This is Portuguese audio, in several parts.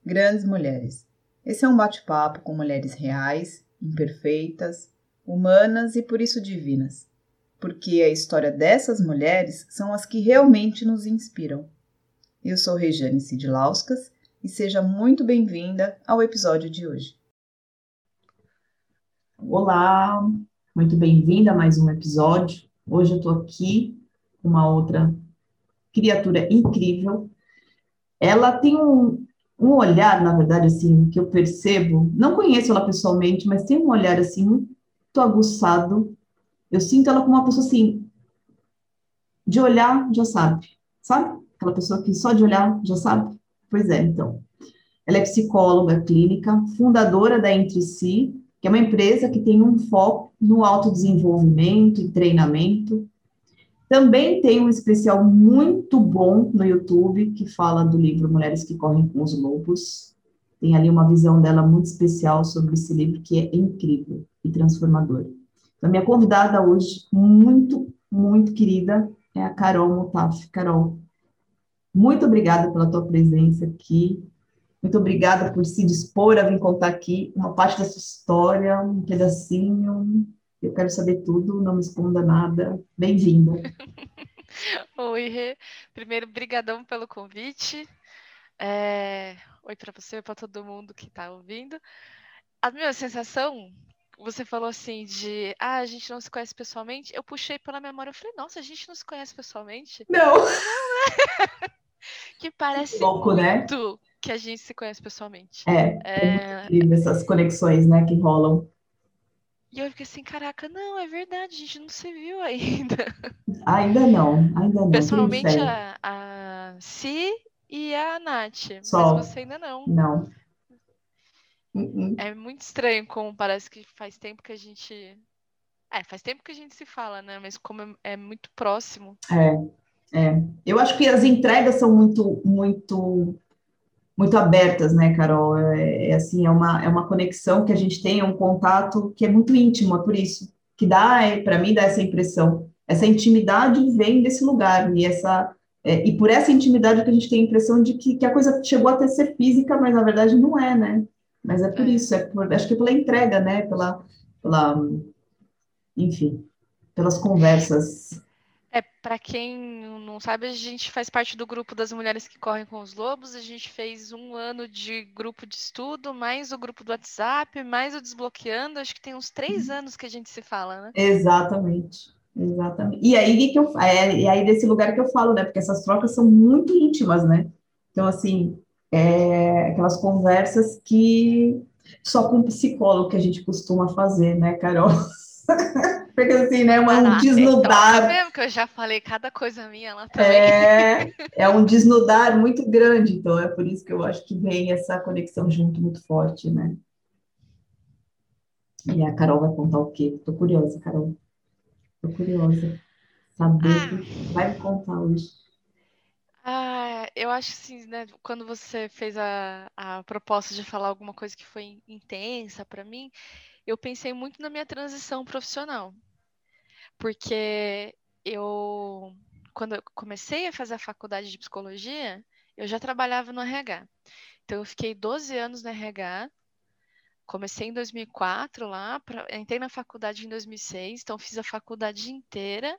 Grandes Mulheres. Esse é um bate-papo com mulheres reais, imperfeitas, humanas e por isso divinas. Porque a história dessas mulheres são as que realmente nos inspiram. Eu sou Rejane Sidlauskas e seja muito bem-vinda ao episódio de hoje. Olá, muito bem-vinda a mais um episódio. Hoje eu estou aqui com uma outra criatura incrível. Ela tem um olhar, na verdade, assim, que eu percebo, não conheço ela pessoalmente, mas tem um olhar, assim, muito aguçado. Eu sinto ela como uma pessoa, assim, de olhar já sabe? Aquela pessoa que só de olhar já sabe? Pois é, então. Ela é psicóloga clínica, fundadora da Entre Si, que é uma empresa que tem um foco no autodesenvolvimento e treinamento. Também tem um especial muito bom no YouTube, que fala do livro Mulheres que Correm com os Lobos. Tem ali uma visão dela muito especial sobre esse livro, que é incrível e transformador. Então, minha convidada hoje, muito querida, é a Carol Mutaf. Carol, muito obrigada pela tua presença aqui. Muito obrigada por se dispor a vir contar aqui uma parte da sua história, um pedacinho. Eu quero saber tudo, não me esconda nada. Bem-vinda. Oi, Rê. Primeiro, brigadão pelo convite. Oi para você e para todo mundo que está ouvindo. A minha sensação, você falou assim a gente não se conhece pessoalmente. Eu puxei pela memória, eu falei, nossa, a gente não se conhece pessoalmente? Não, Que parece louco, né? muito que a gente se conhece pessoalmente. É muito incrível essas conexões, né, que rolam. E eu fiquei assim, caraca, não, é verdade, a gente não se viu ainda. Ainda não, tenho Pessoalmente, fé. a Si e a Nath, mas Só, você ainda não. não. Uh-uh. É muito estranho como parece que faz tempo que a gente. Faz tempo que a gente se fala, né? Mas como é muito próximo. É. Eu acho que as entregas são muito abertas, né, Carol? Assim, é uma conexão que a gente tem, é um contato que é muito íntimo, é por isso que para mim, dá essa impressão. Essa intimidade vem desse lugar, e por essa intimidade que a gente tem a impressão de que a coisa chegou até ser física, mas na verdade não é, né? Mas é por É. isso, acho que é pela entrega, né? Pela, enfim, pelas conversas. Para quem não sabe, a gente faz parte do grupo das mulheres que correm com os lobos. A gente fez 1 ano de grupo de estudo, mais o grupo do WhatsApp, mais o Desbloqueando. Acho que tem uns 3 anos que a gente se fala, né? Exatamente, exatamente. E aí desse lugar que eu falo, né? Porque essas trocas são muito íntimas, né? Então, assim, aquelas conversas que só com um psicólogo que a gente costuma fazer, né, Carol? Porque assim, né? Um Caraca, toca desnudar, mesmo, que eu já falei cada coisa minha lá também. é um desnudar muito grande. Então, é por isso que eu acho que vem essa conexão junto muito forte, né? E a Carol vai contar o quê? Tô curiosa, Carol. Tô curiosa. Saber o Ah, que vai me contar hoje. eu acho assim, né? Quando você fez a proposta de falar alguma coisa que foi intensa pra mim, eu pensei muito na minha transição profissional. Porque eu, quando eu comecei a fazer a faculdade de psicologia, eu já trabalhava no RH. Então, eu fiquei 12 anos no RH. Comecei em 2004 lá, entrei na faculdade em 2006, então fiz a faculdade inteira.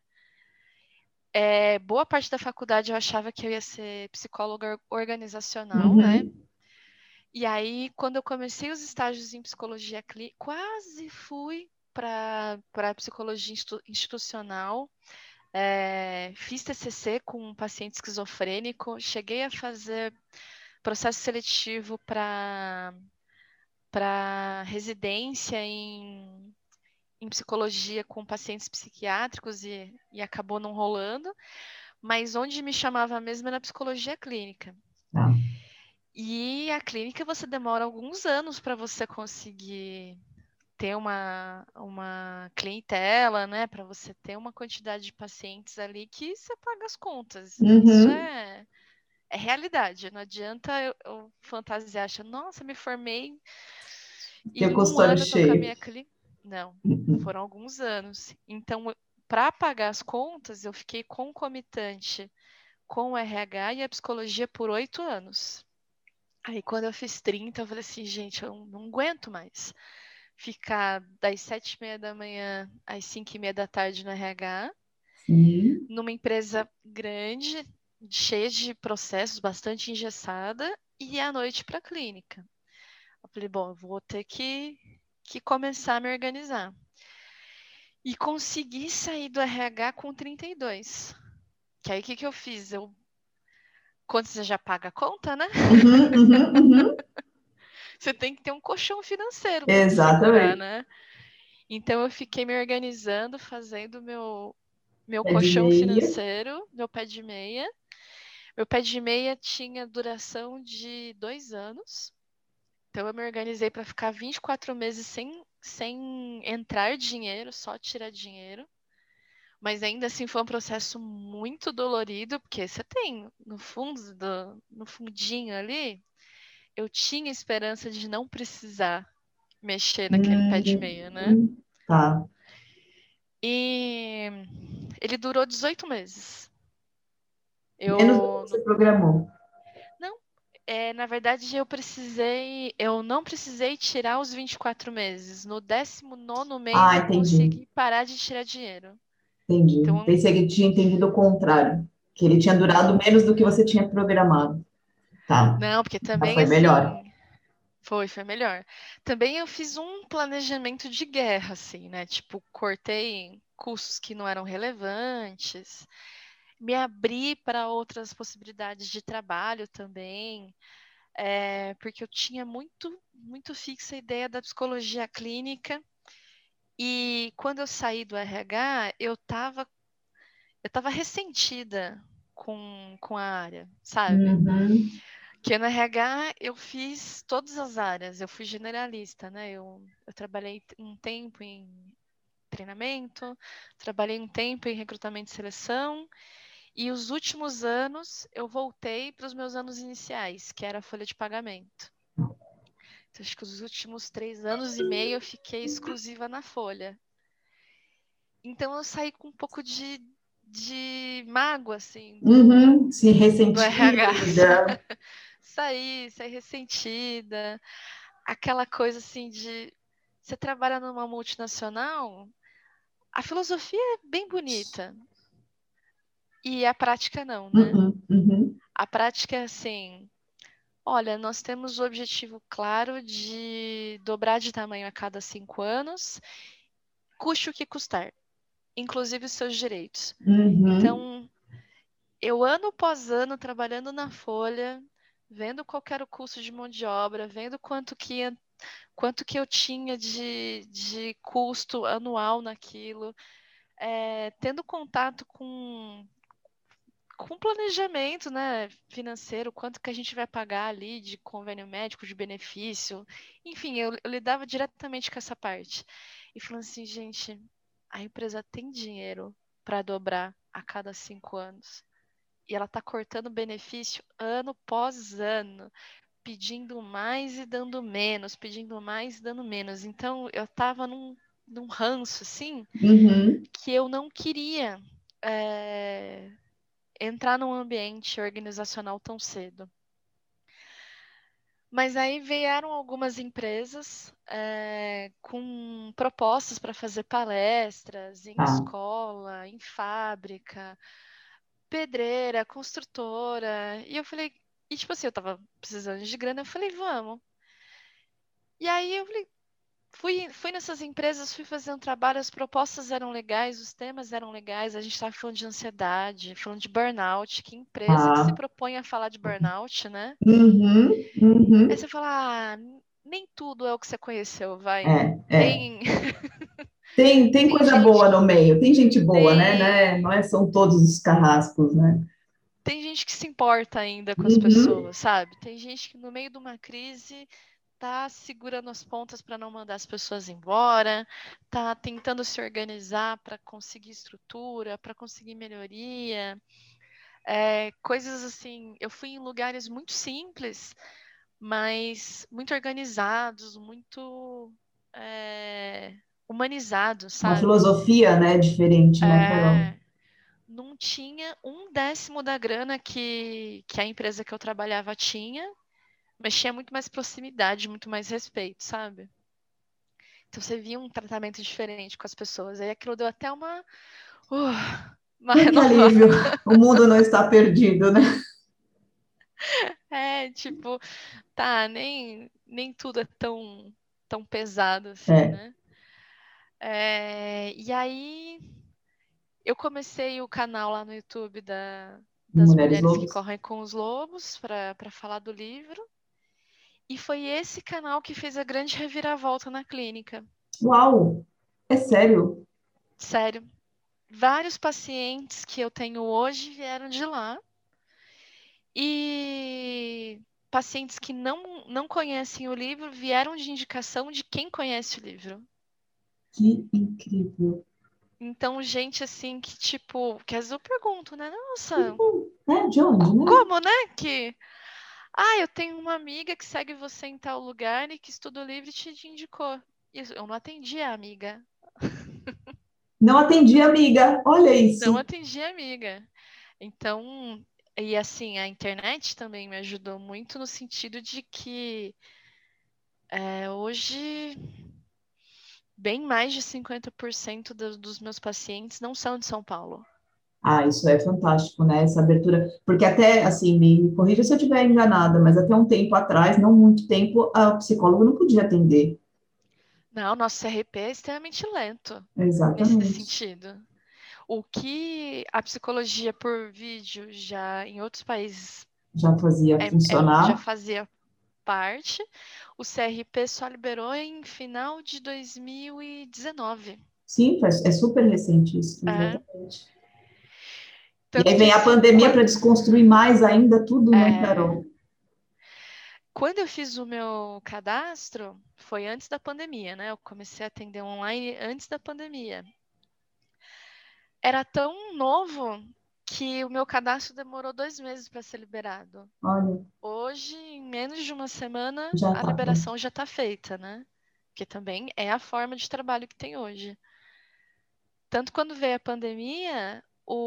Boa parte da faculdade eu achava que eu ia ser psicóloga organizacional, né? Uhum. E aí, quando eu comecei os estágios em psicologia clínica, quase fui para psicologia institucional. Fiz TCC com um paciente esquizofrênico, cheguei a fazer processo seletivo para residência em psicologia com pacientes psiquiátricos e acabou não rolando, mas onde me chamava mesmo era psicologia clínica. Tá. E a clínica você demora alguns anos para você conseguir ter uma clientela, né? Para você ter uma quantidade de pacientes ali que você paga as contas. Isso Uhum. é realidade. Não adianta eu fantasiar, achar, nossa, me formei e Teu em um consultório ano eu tô com a cheio. minha clínica. Não, Uhum. foram alguns anos. Então, para pagar as contas, eu fiquei concomitante com o RH e a psicologia por 8 anos. Aí quando eu fiz 30, eu falei assim, gente, eu não aguento mais ficar das 7h30 da manhã às 5h30 da tarde no RH, Sim. numa empresa grande, cheia de processos, bastante engessada, e à noite para a clínica. Eu falei, bom, eu vou ter que começar a me organizar. E consegui sair do RH com 32. Que aí o que eu fiz? Quando você já paga a conta, né? Uhum, uhum, uhum. Você tem que ter um colchão financeiro para te segurar, Exatamente. né? Então eu fiquei me organizando, fazendo meu É de colchão meia. financeiro, meu pé de meia. Meu pé de meia tinha duração de 2 anos. Então eu me organizei para ficar 24 meses sem entrar dinheiro, só tirar dinheiro. Mas ainda assim foi um processo muito dolorido, porque você tem no fundo, no fundinho ali, eu tinha esperança de não precisar mexer naquele pé de meia, né? Tá. E ele durou 18 meses. Menos do que Eu você programou. não, na verdade eu não precisei tirar os 24 meses. No 19º mês Ah, eu entendi. consegui parar de tirar dinheiro. Entendi. Então, Pensei que tinha entendido o contrário. Que ele tinha durado não, menos do que você tinha programado. Tá. não, porque Já também foi melhor. assim, foi melhor. Também eu fiz um planejamento de guerra, assim, né? Tipo, cortei custos que não eram relevantes, me abri para outras possibilidades de trabalho também, porque eu tinha muito fixa a ideia da psicologia clínica. E quando eu saí do RH, eu tava ressentida com a área, sabe? Uhum. Que no RH eu fiz todas as áreas, eu fui generalista, né? Eu trabalhei um tempo em treinamento, trabalhei um tempo em recrutamento e seleção, e os últimos anos eu voltei para os meus anos iniciais, que era a folha de pagamento. Então, acho que os últimos 3 anos e meio eu fiquei exclusiva na folha. Então eu saí com um pouco de mágoa, assim, Uhum. Se do RH. ressentida. Saí ressentida. Aquela coisa assim de você trabalha numa multinacional, a filosofia é bem bonita e a prática não, né? Uhum. Uhum. A prática é assim, olha, nós temos o objetivo claro de dobrar de tamanho a cada 5 anos, custe o que custar, inclusive os seus direitos. Uhum. Então, eu ano após ano trabalhando na folha, vendo qual era o custo de mão de obra, vendo quanto que eu tinha de custo anual naquilo, tendo contato com planejamento, né, financeiro, quanto que a gente vai pagar ali de convênio médico, de benefício, enfim, eu lidava diretamente com essa parte. E falando assim, gente, a empresa tem dinheiro para dobrar a cada 5 anos. E ela está cortando benefício ano após ano, pedindo mais e dando menos, pedindo mais e dando menos. Então eu estava num ranço, assim, Uhum. que eu não queria é, entrar num ambiente organizacional tão cedo. Mas aí vieram algumas empresas com propostas para fazer palestras em Tá. escola, em fábrica, pedreira, construtora. E eu falei, e tipo assim, eu tava precisando de grana, eu falei, vamos. E aí eu falei, fui nessas empresas, fui fazendo trabalho, as propostas eram legais, os temas eram legais, a gente estava falando de ansiedade, falando de burnout, que empresa que se Tá. propõe a falar de burnout, né? Uhum. Aí Uhum. você fala, nem tudo é o que você conheceu, vai. É. Tem, Tem tem coisa gente boa no que meio, tem gente boa, né? Não tem, é, são todos os carrascos, né? tem gente que se importa ainda com as Uhum. pessoas, sabe? Tem gente que no meio de uma crise tá segurando as pontas para não mandar as pessoas embora, tá tentando se organizar para conseguir estrutura, para conseguir melhoria, coisas assim. Eu fui em lugares muito simples, mas muito organizados, muito humanizados, Uma sabe? filosofia, né, diferente, né, Carol? É, não tinha 1/10 da grana que a empresa que eu trabalhava tinha. mas tinha muito mais proximidade, muito mais respeito, sabe? Então você via um tratamento diferente com as pessoas. Aí aquilo deu até uma Ai, que alívio. renovada. O mundo não está perdido, né? É, tipo, tá, nem tudo é tão pesado assim, É, né? E aí eu comecei o canal lá no YouTube das Mulheres mulheres que Lobos. correm com os lobos para falar do livro. E foi esse canal que fez a grande reviravolta na clínica. Uau! É sério? Sério. Vários pacientes que eu tenho hoje vieram de lá. E pacientes que não conhecem o livro vieram de indicação de quem conhece o livro. Que incrível. Então, gente assim que, tipo, que às vezes eu pergunto, né? Nossa, É, de onde, né? como, né? Eu tenho uma amiga que segue você em tal lugar e que estuda o livro e te indicou. Isso, eu não atendi a amiga. Não atendi, amiga. Olha Não isso. atendi a amiga. Então, e assim, a internet também me ajudou muito no sentido de que hoje bem mais de 50% dos meus pacientes não são de São Paulo. Ah, isso é fantástico, né? Essa abertura. Porque até, assim, me corrija se eu estiver enganada, mas até um tempo atrás, não muito tempo, a psicólogo não podia atender. Não, nosso CRP é extremamente lento nesse Exatamente. sentido. O que a psicologia por vídeo já em outros países Já fazia já funcionar. fazia parte, o CRP só liberou em final de 2019. Sim, é super recente isso, É, exatamente. E tanto aí que vem a assim, pandemia para desconstruir mais ainda tudo, né, é, Carol? quando eu fiz o meu cadastro, foi antes da pandemia, né? Eu comecei a atender online antes da pandemia. Era tão novo que o meu cadastro demorou 2 meses para ser liberado. Olha, Hoje, em menos de uma semana, já a está pronto. liberação já está feita, né? Que também é a forma de trabalho que tem hoje. Tanto quando veio a pandemia,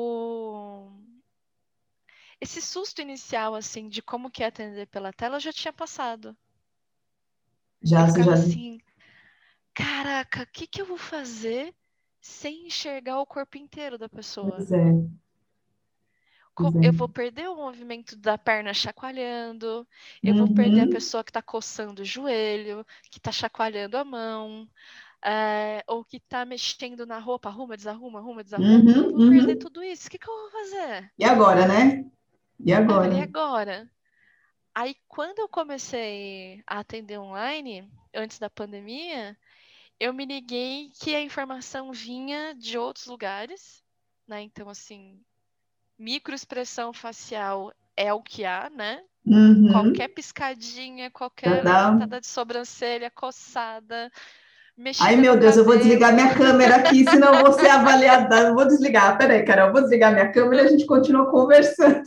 esse susto inicial, assim, de como que é atender pela tela, já tinha passado. Eu Já, você ficava já. assim, caraca, o que que eu vou fazer sem enxergar o corpo inteiro da pessoa? Pois é, pois é. Eu vou perder o movimento da perna chacoalhando, eu vou perder a Uhum, pessoa que está coçando o joelho, que está chacoalhando a mão, ou que está mexendo na roupa, arruma, desarruma, arruma, desarruma. Eu uhum, vou perder uhum. tudo isso. O que que eu vou fazer? E agora, né? E Aí eu falei, e agora? agora? Aí, quando eu comecei a atender online, antes da pandemia, eu me liguei que a informação vinha de outros lugares, né? Então, assim, microexpressão facial é o que há, né? Uhum. Qualquer piscadinha, Já qualquer dá. levantada de sobrancelha, coçada, Ai, mexida no meu Deus, eu vou desligar cabelo. minha câmera aqui, senão eu vou ser avaliada. Eu vou desligar. Peraí, Carol, eu vou desligar minha câmera e a gente continua conversando.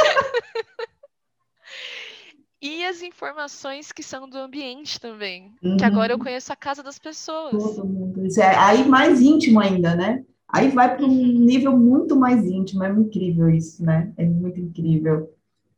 E as informações que são do ambiente também. Que agora eu Uhum. conheço a casa das pessoas. Todo mundo. Isso é aí mais íntimo ainda, né? Aí vai para um Uhum. nível muito mais íntimo. É incrível isso, né? É muito incrível.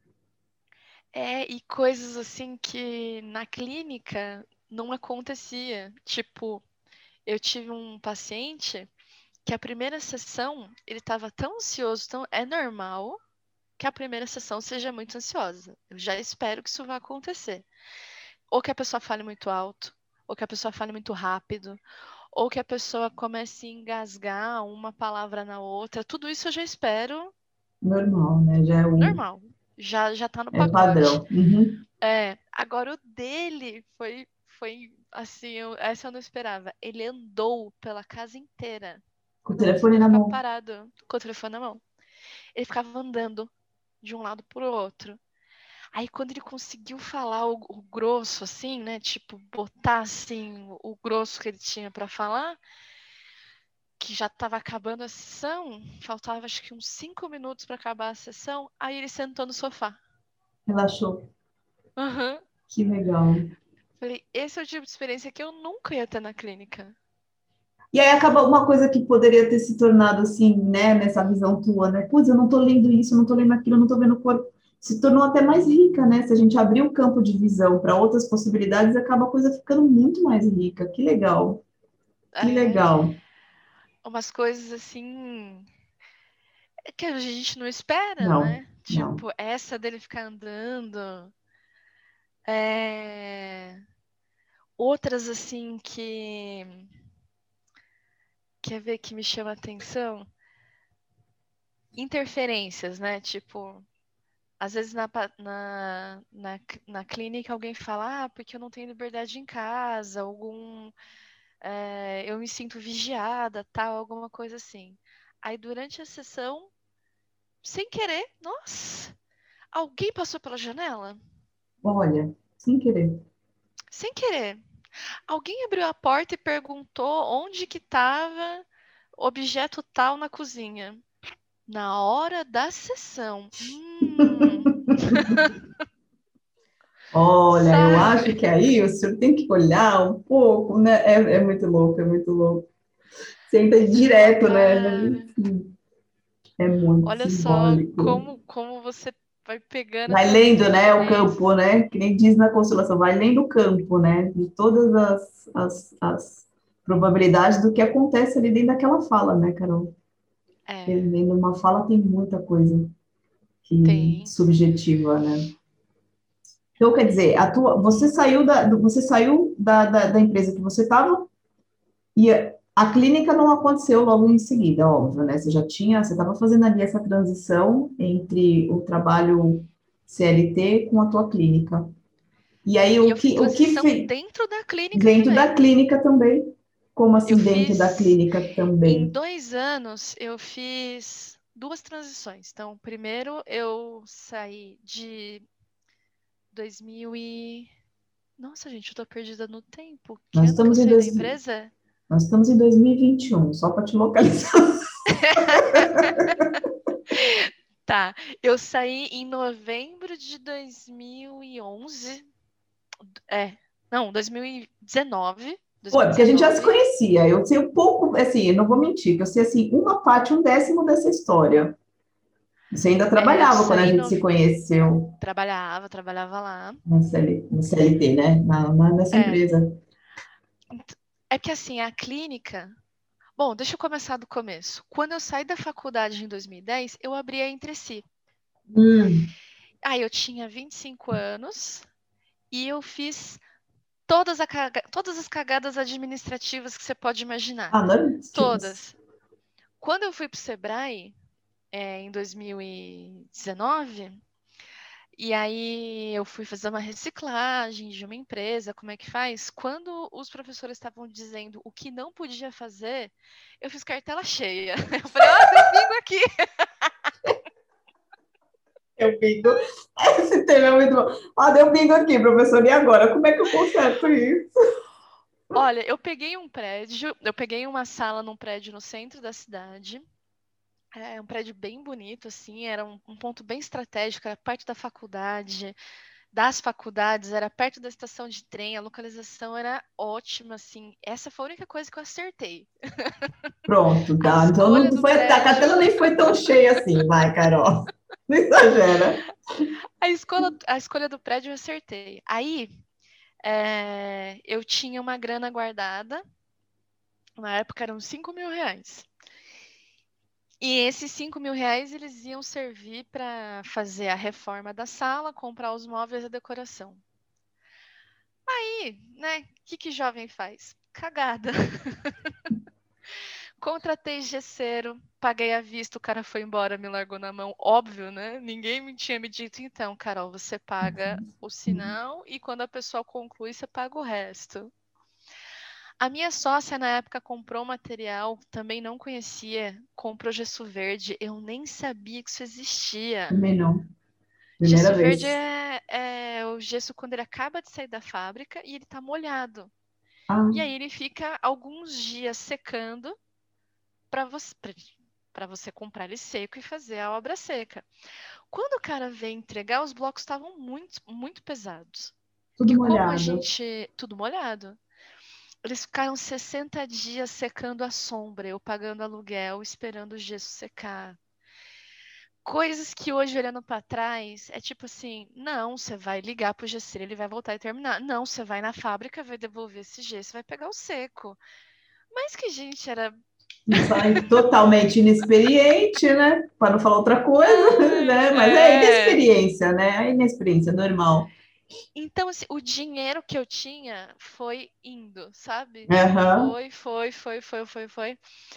E coisas assim que na clínica não acontecia. Tipo, eu tive um paciente que a primeira sessão ele estava tão ansioso, tão é normal que a primeira sessão seja muito ansiosa. Eu já espero que isso vá acontecer. Ou que a pessoa fale muito alto, ou que a pessoa fale muito rápido, ou que a pessoa comece a engasgar uma palavra na outra. Tudo isso eu já espero Normal, né? Já normal. Já tá no é pacote. padrão. Uhum. Agora o dele foi assim, essa eu não esperava. Ele andou pela casa inteira. Com o Não telefone conseguia na ficar mão. parado com o telefone na mão. Ele ficava andando de um lado pro outro. Aí quando ele conseguiu falar o grosso, assim, né? Tipo, botar assim o grosso que ele tinha pra falar, que já tava acabando a sessão, faltava acho que uns 5 minutos pra acabar a sessão, aí ele sentou no sofá. Relaxou. Aham. Que legal. Falei, esse é o tipo de experiência que eu nunca ia ter na clínica. E aí acaba uma coisa que poderia ter se tornado assim, né, nessa visão tua, né? Putz, eu não tô lendo isso, eu não tô lendo aquilo, eu não tô vendo o corpo. se tornou até mais rica, né? Se a gente abrir o campo de visão para outras possibilidades, acaba a coisa ficando muito mais rica. Que legal, que É, legal. umas coisas assim que a gente não espera, Não, né? não. Tipo, essa dele ficar andando. É, outras assim que quer ver que me chama a atenção? Interferências, né? Tipo, às vezes na clínica alguém fala, porque eu não tenho liberdade em casa, eu me sinto vigiada, tal, alguma coisa assim. Aí durante a sessão, sem querer, nossa, alguém passou pela janela? Olha, sem querer. Sem querer. Alguém abriu a porta e perguntou onde que estava objeto tal na cozinha. Na hora da sessão. Olha, eu acho que Sabe? aí o senhor tem que olhar um pouco, né? É muito louco, é muito louco. Você entra Você fala, direto, né? cara, É muito olha só simbólico. como você vai pegando Vai essas lendo, né, o campo, interferências. né? Que nem diz na constelação, vai lendo o campo, né? De todas as probabilidades do que acontece ali dentro daquela fala, né, Carol? Porque É, dentro de uma fala tem muita coisa que tem. subjetiva, né? Então, quer dizer, você saiu da empresa que você estava e a clínica não aconteceu logo em seguida, óbvio, né? Você estava fazendo ali essa transição entre o trabalho CLT com a tua clínica. E aí, E eu fiz o que transição fez dentro da clínica dentro da também. clínica também? Como Eu assim, dentro da fiz, clínica em também? 2 anos, eu fiz duas transições. Então, primeiro eu saí de 2000 e... Nossa, gente, eu tô perdida no tempo. Que Nós ano que eu estamos em saí da dois, empresa? nós estamos em 2021, só para te localizar. Tá, eu saí em novembro de 2011. É, não, 2019. Pô, é porque a gente já se 2019. conhecia. Eu sei um pouco, assim, eu não vou mentir, que eu sei assim, uma parte, um décimo dessa história. Você ainda Eu trabalhava quando a saí gente no. se conheceu Trabalhava lá. no CLT, né? Nessa É, empresa. é que assim, a clínica. Bom, deixa eu começar do começo. Quando eu saí da faculdade em 2010, eu abri a Entre Si. Hum. Aí eu tinha 25 anos e eu fiz todas as cagadas administrativas que você pode imaginar. Ah, não, tipos. Todas. Quando eu fui para o Sebrae, em 2019, e aí eu fui fazer uma reciclagem de uma empresa, como é que faz? Quando os professores estavam dizendo o que não podia fazer, eu fiz cartela cheia. Eu falei, deu bingo aqui. Deu bingo. Esse tema é muito bom. Ah, deu bingo aqui, professor. E agora? Como é que eu conserto isso? Olha, eu peguei uma sala num prédio no centro da cidade. É um prédio bem bonito, assim, era um ponto bem estratégico, era perto da faculdade, das faculdades, era perto da estação de trem, a localização era ótima, assim. Essa foi a única coisa que eu acertei. Pronto, A dá. Então escolha não do foi, a cartela prédio, nem foi tão cheia assim, vai, Carol. Não exagera. a escolha do prédio eu acertei. Aí, eu tinha uma grana guardada, na época eram R$ 5.000. E esses R$ 5.000 eles iam servir para fazer a reforma da sala, comprar os móveis e a decoração. Aí, né, o que jovem faz? Cagada. Contratei gesseiro, paguei à vista, o cara foi embora, me largou na mão. Óbvio, né? Ninguém me tinha me dito, então, Carol, você paga o sinal e quando a pessoa conclui, você paga o resto. A minha sócia, na época, comprou material, também não conhecia, comprou gesso verde, eu nem sabia que isso existia. Também não. Primeira Gesso verde vez. é o gesso quando ele acaba de sair da fábrica e ele tá molhado. Ah, E aí ele fica alguns dias secando para você comprar ele seco e fazer a obra seca. Quando o cara veio entregar, os blocos estavam muito, muito pesados. tudo Que como a molhado. gente. Tudo molhado. Eles ficaram 60 dias secando à sombra, eu pagando aluguel, esperando o gesso secar. Coisas que hoje, olhando para trás, é tipo assim, não, você vai ligar pro gesseiro, ele vai voltar e terminar. Não, você vai na fábrica, vai devolver esse gesso, vai pegar o seco. Mas que a gente era... Totalmente inexperiente, né? Para não falar outra coisa, Ai, né? Mas é inexperiência, né? A inexperiência normal. Então, assim, o dinheiro que eu tinha foi indo, sabe? Aham. Foi.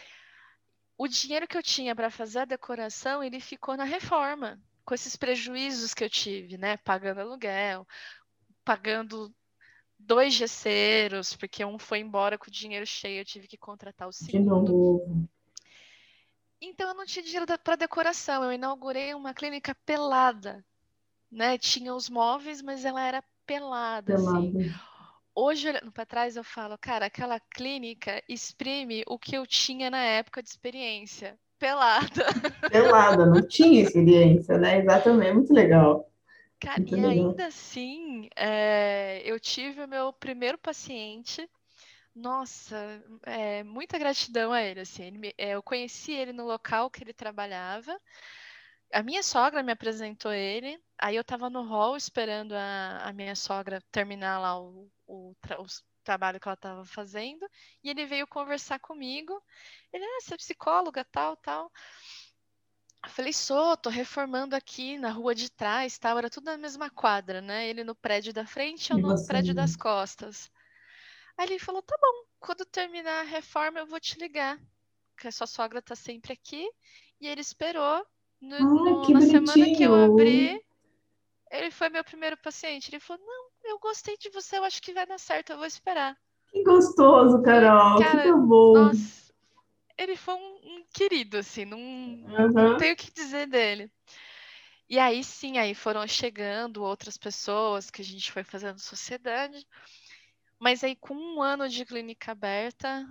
O dinheiro que eu tinha para fazer a decoração, ele ficou na reforma, com esses prejuízos que eu tive, né? Pagando aluguel, pagando dois gesseiros, porque um foi embora com o dinheiro cheio, eu tive que contratar o De segundo. novo. Então, eu não tinha dinheiro para decoração. Eu inaugurei uma clínica pelada, né? Tinha os móveis, mas ela era pelada, assim. Pelada. Hoje, olhando para trás, eu falo, cara, aquela clínica exprime o que eu tinha na época de experiência. Pelada. Pelada, não tinha experiência, né? Exatamente. Muito legal. Cara, Muito e legal. ainda assim, eu tive o meu primeiro paciente. Nossa, muita gratidão a ele, assim. Eu conheci ele no local que ele trabalhava. A minha sogra me apresentou ele. Aí eu tava no hall esperando a minha sogra terminar lá o trabalho que ela tava fazendo. E ele veio conversar comigo. Ele, você é psicóloga, tal, tal. Eu falei, tô reformando aqui na rua de trás, tal. Era tudo na mesma quadra, né? Ele no prédio da frente, eu E no você? prédio das costas. Aí ele falou, tá bom, quando terminar a reforma eu vou te ligar, porque a sua sogra tá sempre aqui. E ele esperou. Ai, que Na semana que eu bonitinho. abri, ele foi meu primeiro paciente. Ele falou, não, eu gostei de você, eu acho que vai dar certo, eu vou esperar. Que gostoso, Falei, Carol. Que cara, tão bom. nossa, ele foi um querido, assim, não Aham. tenho o que dizer dele. E aí sim, aí foram chegando outras pessoas que a gente foi fazendo sociedade. Mas aí com um ano de clínica aberta,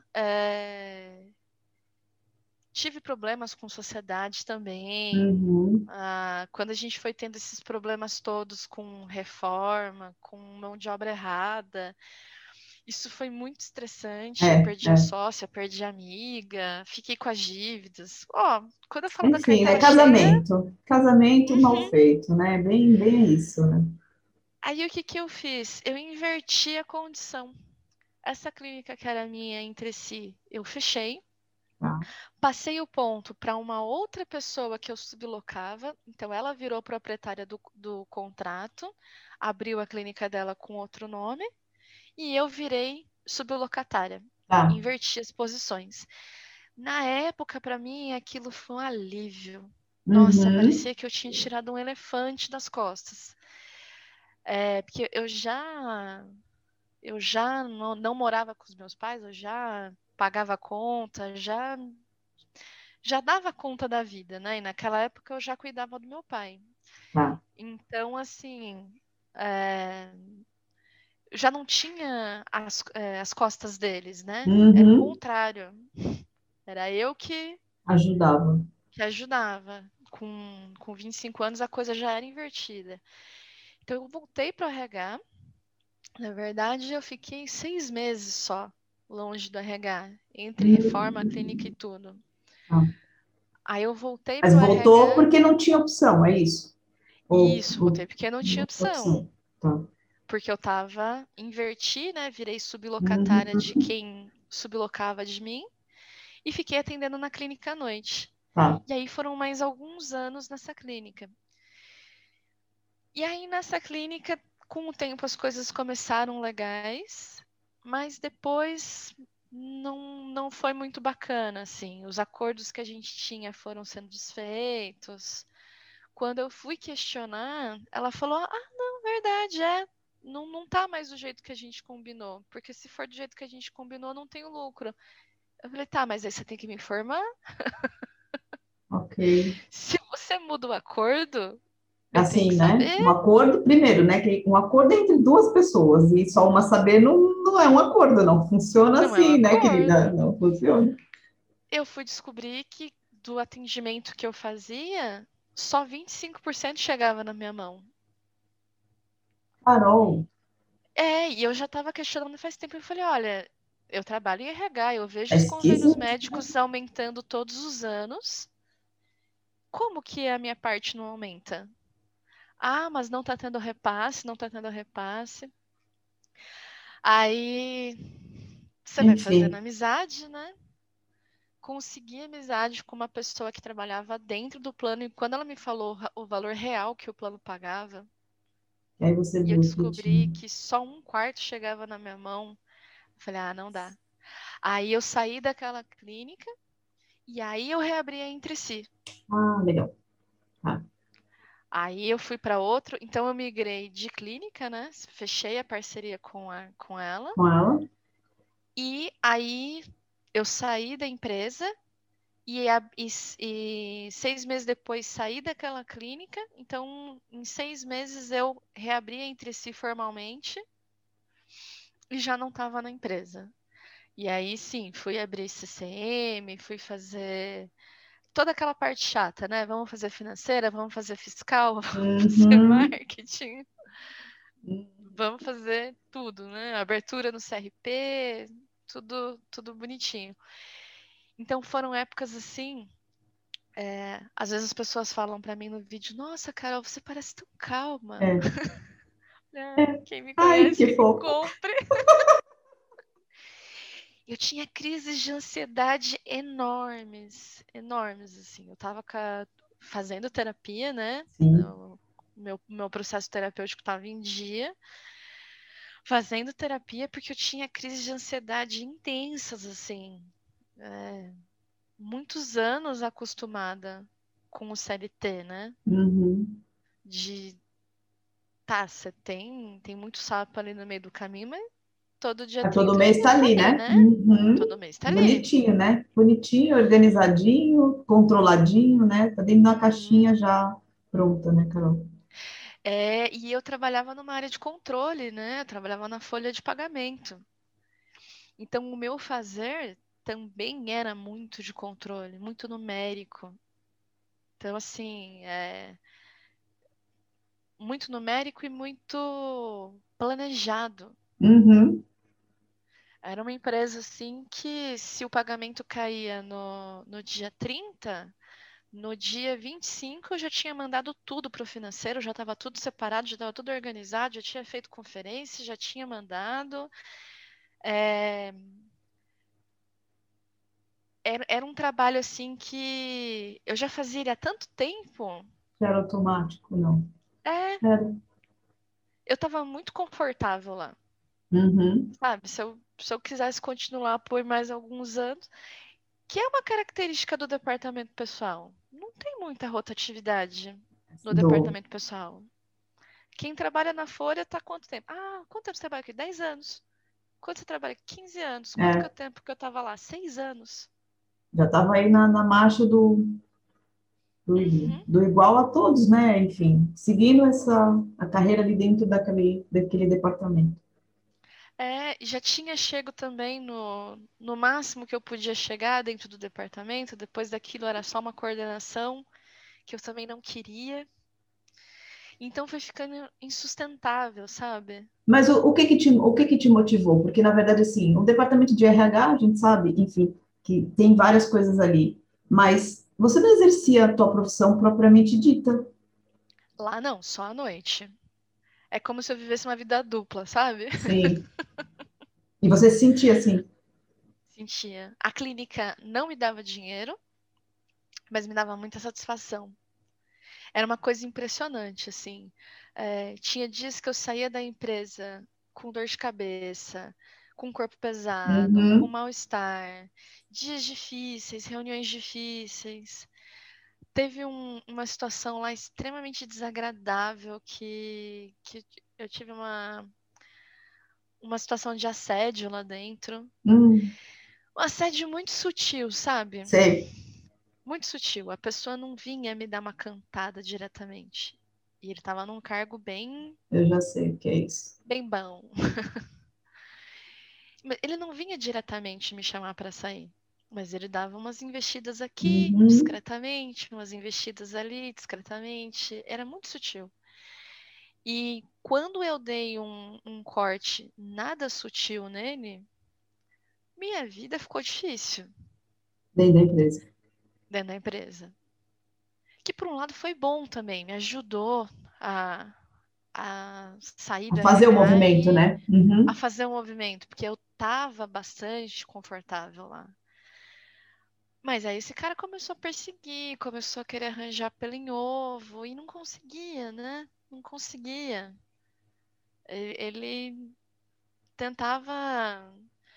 tive problemas com sociedade também. Uhum. Quando a gente foi tendo esses problemas todos com reforma, com mão de obra errada, isso foi muito estressante. Eu É, perdi a é. sócia, perdi a amiga, fiquei com as dívidas. Ó, quando eu falo da Enfim, né? cartela cheia, Casamento. Casamento mal uhum. feito, né? Bem, bem isso, né? Aí o que que eu fiz? Eu inverti a condição. Essa clínica que era minha entre si, eu fechei. Tá, Passei o ponto para uma outra pessoa que eu sublocava, então ela virou proprietária do contrato, abriu a clínica dela com outro nome e eu virei sublocatária. tá. Inverti as posições. Na época, para mim, aquilo foi um alívio. Nossa, Uhum. parecia que eu tinha tirado um elefante das costas. Porque eu já não morava com os meus pais, eu já pagava conta, já dava conta da vida, né? E naquela época eu já cuidava do meu pai. Tá. Então, assim, é, já não tinha as costas deles, né? Era o Uhum. contrário. Era eu Ajudava. que ajudava. Com 25 anos a coisa já era invertida. Então eu voltei para o RH. Na verdade, eu fiquei 6 meses só longe do RH, entre reforma, clínica e Uhum. tudo. Tá. Aí eu voltei Mas para o voltou RH. porque não tinha opção, é isso? Isso, Ou voltei porque não tinha não tinha opção. opção? Tá. Porque eu inverti, né? Virei sublocatária de Uhum. quem sublocava de mim e fiquei atendendo na clínica à noite. Tá. E aí foram mais alguns anos nessa clínica. E aí nessa clínica, com o tempo as coisas começaram legais, mas depois não foi muito bacana, assim. Os acordos que a gente tinha foram sendo desfeitos. Quando eu fui questionar, ela falou: ah, não, verdade, não tá mais do jeito que a gente combinou. Porque se for do jeito que a gente combinou, não tem o lucro. Eu falei, tá, mas aí você tem que me informar. Ok. Se você muda o acordo, eu tenho que Assim, né? saber. Um acordo, primeiro, né? Que um acordo é entre duas pessoas e só uma saber não é um acordo, não funciona Não é um assim, né, querida? acordo. Não funciona. Eu fui descobrir que do atendimento que eu fazia, só 25% chegava na minha mão. Carol, E eu já estava questionando faz tempo. Eu falei, olha, eu trabalho em RH, eu é vejo os convênios esquisito, né? médicos aumentando todos os anos. como que a minha parte não aumenta? Ah, mas não tá tendo repasse, não tá tendo repasse. Aí você vai fazendo Enfim. amizade, né? Consegui amizade com uma pessoa que trabalhava dentro do plano e quando ela me falou o valor real que o plano pagava, Aí você e eu viu que descobri tinha. que só um quarto chegava na minha mão, eu falei, ah, não dá. Aí eu saí daquela clínica e aí eu reabri a Entre Si. Ah, legal. Ah, Aí eu fui para outro, então eu migrei de clínica, né? Fechei a parceria com ela. com ela? E aí eu saí da empresa e 6 meses depois saí daquela clínica. Então, em 6 meses eu reabri a Entre Si formalmente e já não estava na empresa. E aí sim, fui abrir CCM, fui fazer toda aquela parte chata, né? Vamos fazer financeira, vamos fazer fiscal, vamos fazer Uhum. marketing, vamos fazer tudo, né? Abertura no CRP, tudo bonitinho. Então foram épocas assim. Às vezes as pessoas falam pra mim no vídeo: Nossa, Carol, você parece tão calma. É. Quem me Ai, conhece, que que me fofo. compre. Eu tinha crises de ansiedade enormes, enormes, assim. Eu tava fazendo terapia, né? Sim. Meu processo terapêutico estava em dia, fazendo terapia porque eu tinha crises de ansiedade intensas, assim. Muitos anos acostumada com o CLT, né? Uhum. De, tá, você tem muito sapo ali no meio do caminho, mas todo dia A todo 30 de mês tá agosto tá ali, ali, né? né? Uhum. Todo mês tá ali. Bonitinho, né? Bonitinho, organizadinho, controladinho, né? Tá dentro da Uhum. caixinha já pronta, né, Carol? E eu trabalhava numa área de controle, né? Eu trabalhava na folha de pagamento. Então, o meu fazer também era muito de controle, muito numérico. Então, assim, muito numérico e muito planejado. Uhum. Era uma empresa, assim, que se o pagamento caía no dia 30, no dia 25 eu já tinha mandado tudo para o financeiro, já estava tudo separado, já estava tudo organizado, já tinha feito conferência, já tinha mandado. É, era um trabalho assim que eu já fazia ele há tanto tempo. Era automático, não. É, Era. eu estava muito confortável lá, Uhum. sabe? Se eu quisesse continuar por mais alguns anos, que é uma característica do departamento pessoal. Não tem muita rotatividade no Do. departamento pessoal. Quem trabalha na Folha está quanto tempo? Ah, quanto tempo você trabalha aqui? 10 anos. Quanto você trabalha aqui? 15 anos. Quanto que é É, o tempo que eu estava lá? 6 anos. já estava aí na marcha Uhum. do igual a todos, né? Enfim, seguindo a carreira ali dentro daquele departamento. Já tinha chego também no máximo que eu podia chegar dentro do departamento. Depois daquilo era só uma coordenação que eu também não queria. Então foi ficando insustentável, sabe? Mas o que que te motivou? Porque, na verdade, assim, o departamento de RH, a gente sabe, enfim, que tem várias coisas ali, mas você não exercia a tua profissão propriamente dita. Lá não, só à noite. É como se eu vivesse uma vida dupla, sabe? Sim. E você se sentia assim. Sentia. A clínica não me dava dinheiro, mas me dava muita satisfação. Era uma coisa impressionante, assim. Tinha dias que eu saía da empresa com dor de cabeça, com corpo pesado, com Uhum. mal-estar, dias difíceis, reuniões difíceis. Teve uma situação lá extremamente desagradável que eu tive uma situação de assédio lá dentro. Hum, Um assédio muito sutil, sabe? sei, Muito sutil. A pessoa não vinha me dar uma cantada diretamente. E ele estava num cargo bem, eu já sei o que é isso. bem bom. Mas ele não vinha diretamente me chamar para sair. Mas ele dava umas investidas aqui, Uhum. discretamente, umas investidas ali, discretamente. Era muito sutil. E quando eu dei um corte nada sutil nele, minha vida ficou difícil Dentro da empresa. dentro da empresa. que por um lado foi bom também, me ajudou a sair A do fazer o movimento, RH né? a fazer um movimento, porque eu tava bastante confortável lá. Mas aí esse cara começou a perseguir, começou a querer arranjar pelo em ovo e não conseguia, né? Não conseguia. Ele tentava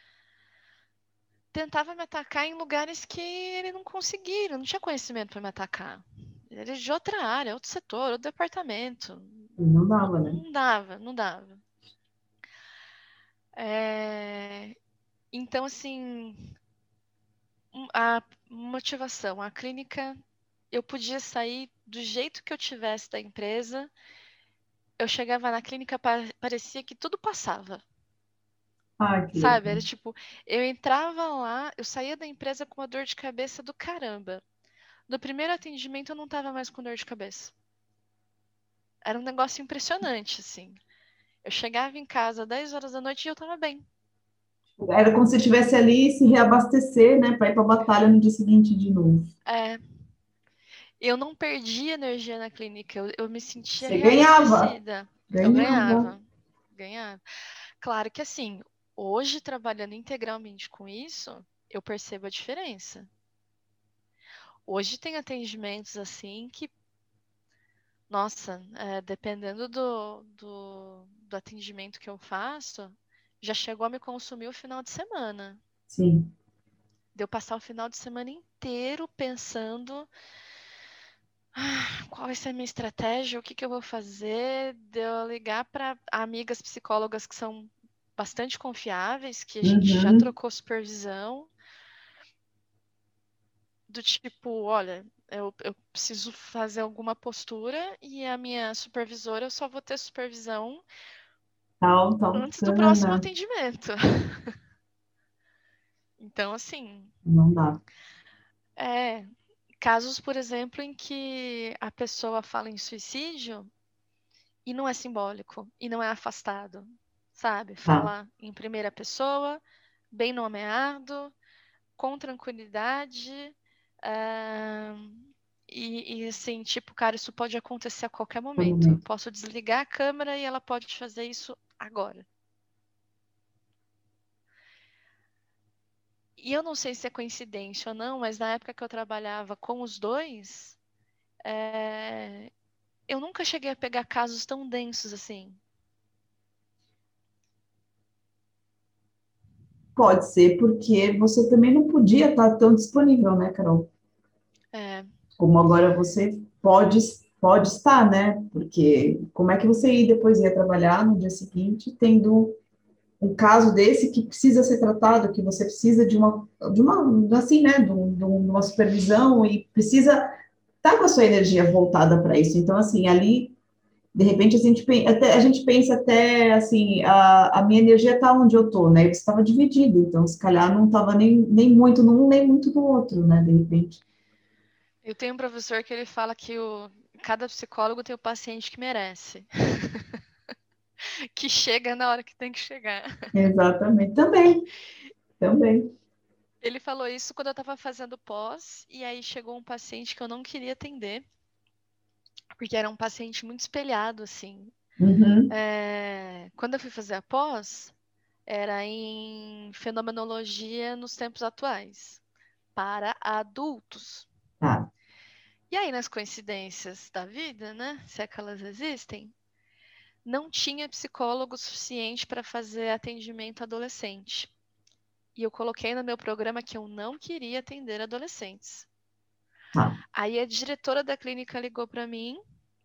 me atacar em lugares que ele não conseguia, ele não tinha conhecimento para me atacar. Ele é de outra área, outro setor, outro departamento. Não dava, né? Não dava, não dava. Então, assim, a motivação, a clínica, eu podia sair do jeito que eu tivesse da empresa. Eu chegava na clínica, parecia que tudo passava. Ai, que Sabe? legal. Era tipo, eu entrava lá, eu saía da empresa com uma dor de cabeça do caramba. No primeiro atendimento eu não tava mais com dor de cabeça. Era um negócio impressionante, assim. Eu chegava em casa às 10 horas da noite e eu tava bem. Era como se estivesse ali se reabastecer, né, para ir para a batalha no dia seguinte de novo. É, eu não perdi energia na clínica, eu me sentia Você ganhava, reabastecida. Eu ganhava. ganhava, ganhava. Claro que assim, hoje trabalhando integralmente com isso, eu percebo a diferença. Hoje tem atendimentos assim que, nossa, dependendo do atendimento que eu faço, já chegou a me consumir o final de semana. Sim. De eu passar o final de semana inteiro pensando qual vai ser a minha estratégia, o que eu vou fazer, de eu ligar para amigas psicólogas que são bastante confiáveis, que a gente já Uhum. trocou supervisão, do tipo, olha, eu preciso fazer alguma postura e a minha supervisora, eu só vou ter supervisão Tal, tal, antes do próximo tanana. atendimento. Então, assim, Não dá. casos, por exemplo, em que a pessoa fala em suicídio e não é simbólico, e não é afastado, sabe? Tá. Fala em primeira pessoa, bem nomeado, com tranquilidade, ah, assim, tipo, cara, isso pode acontecer a qualquer Foi o momento. Eu momento. posso desligar a câmera e ela pode fazer isso agora. E eu não sei se é coincidência ou não, mas na época que eu trabalhava com os dois, eu nunca cheguei a pegar casos tão densos assim. Pode ser porque você também não podia estar tão disponível, né, Carol? É, Como agora você pode estar, né? Porque como é que você depois ia trabalhar no dia seguinte tendo um caso desse que precisa ser tratado, que você precisa de uma assim, né, de uma supervisão e precisa estar com a sua energia voltada para isso. Então, assim, ali, de repente, a gente pensa até, assim, a minha energia está onde eu estou, né? Eu estava dividido, então, se calhar, não estava nem muito num, nem muito no outro, né, de repente. eu tenho um professor que ele fala que cada psicólogo tem o paciente que merece, que chega na hora que tem que chegar. Exatamente, também, também. Ele falou isso quando eu estava fazendo pós, e aí chegou um paciente que eu não queria atender, porque era um paciente muito espelhado, assim. Uhum, Quando eu fui fazer a pós, era em fenomenologia nos tempos atuais, para adultos. tá, E aí, nas coincidências da vida, né, se é que elas existem, não tinha psicólogo suficiente para fazer atendimento adolescente. E eu coloquei no meu programa que eu não queria atender adolescentes. tá. Aí a diretora da clínica ligou para mim,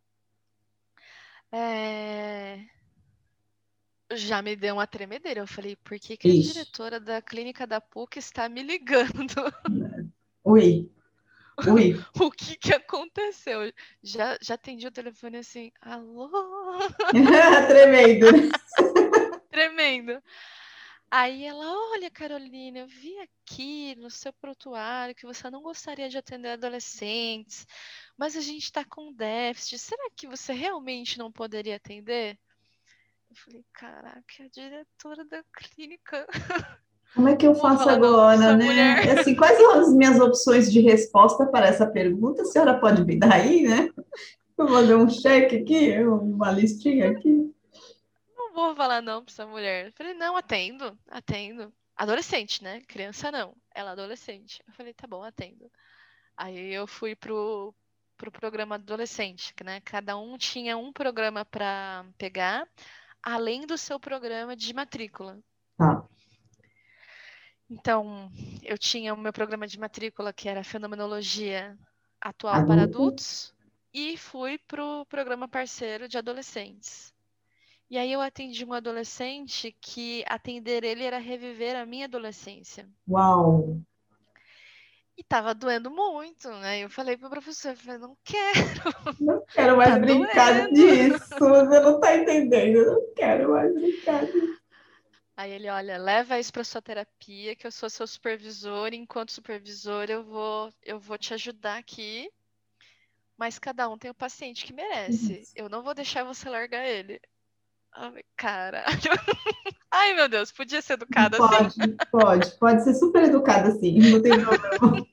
é, já me deu uma tremedeira. Eu falei, por que que a Ixi, diretora da clínica da PUC está me ligando? ui, ui. O que que aconteceu? Já atendi o telefone assim, alô? Tremendo, né? Tremendo. Aí ela, olha, Carolina, eu vi aqui no seu prontuário que você não gostaria de atender adolescentes, mas a gente está com déficit. Será que você realmente não poderia atender? Eu falei, caraca, é a diretora da clínica. Como é que eu Não vou faço falar não pra agora, essa né? mulher. É assim, quais são as minhas opções de resposta para essa pergunta? A senhora pode me dar aí, né? Vou fazer um cheque aqui, uma listinha aqui. Não vou falar não pra essa mulher. Eu falei, não, atendo, atendo. Adolescente, né? Criança não. Ela é adolescente. Eu falei, tá bom, atendo. Aí eu fui pro programa adolescente, né? Cada um tinha um programa pra pegar, além do seu programa de matrícula. Tá. Então, eu tinha o meu programa de matrícula, que era Fenomenologia Atual para Adulto. Adultos, e fui pro programa parceiro de adolescentes. E aí eu atendi um adolescente que atender ele era reviver a minha adolescência. Uau! E tava doendo muito, né? Eu falei pro professor, eu falei, não quero, Não quero tá mais brincar doendo. disso. Você não está entendendo. Eu não quero mais brincar disso. Aí ele, olha, leva isso pra sua terapia, que eu sou seu supervisor, e enquanto supervisor eu vou te ajudar aqui, mas cada um tem o paciente que merece. Eu não vou deixar você largar ele. Ai, caralho. Ai, meu Deus, podia ser educada assim. Pode ser super educada assim, não tem problema.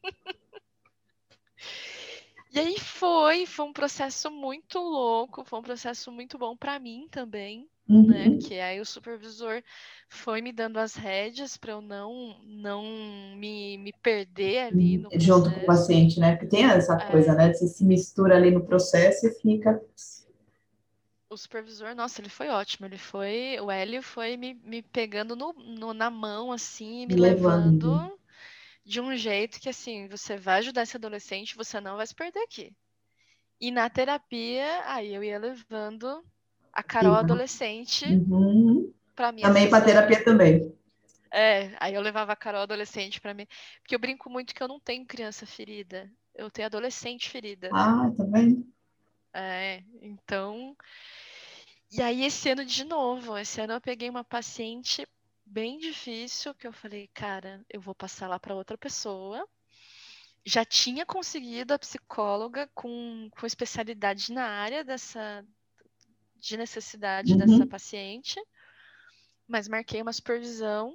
E aí foi um processo muito louco, foi um processo muito bom pra mim também, né? Uhum. Que aí o supervisor foi me dando as rédeas pra eu não me perder ali no Junto com o processo. paciente, né? Porque tem essa coisa, É, né? Você se mistura ali no processo e fica o supervisor, nossa, ele foi ótimo. O Hélio foi me pegando na mão, assim, e me levando. levando de um jeito que, assim, você vai ajudar esse adolescente, você não vai se perder aqui. E na terapia, aí eu ia levando a Carol Fica. adolescente Uhum. pra minha Também para sessão. terapia também. Aí eu levava a Carol adolescente pra mim. Porque eu brinco muito que eu não tenho criança ferida. Eu tenho adolescente ferida. Ah, tá vendo? Então. E aí esse ano de novo, esse ano eu peguei uma paciente bem difícil que eu falei, cara, eu vou passar lá pra outra pessoa. Já tinha conseguido a psicóloga com especialidade na área de necessidade dessa Uhum. paciente, mas marquei uma supervisão.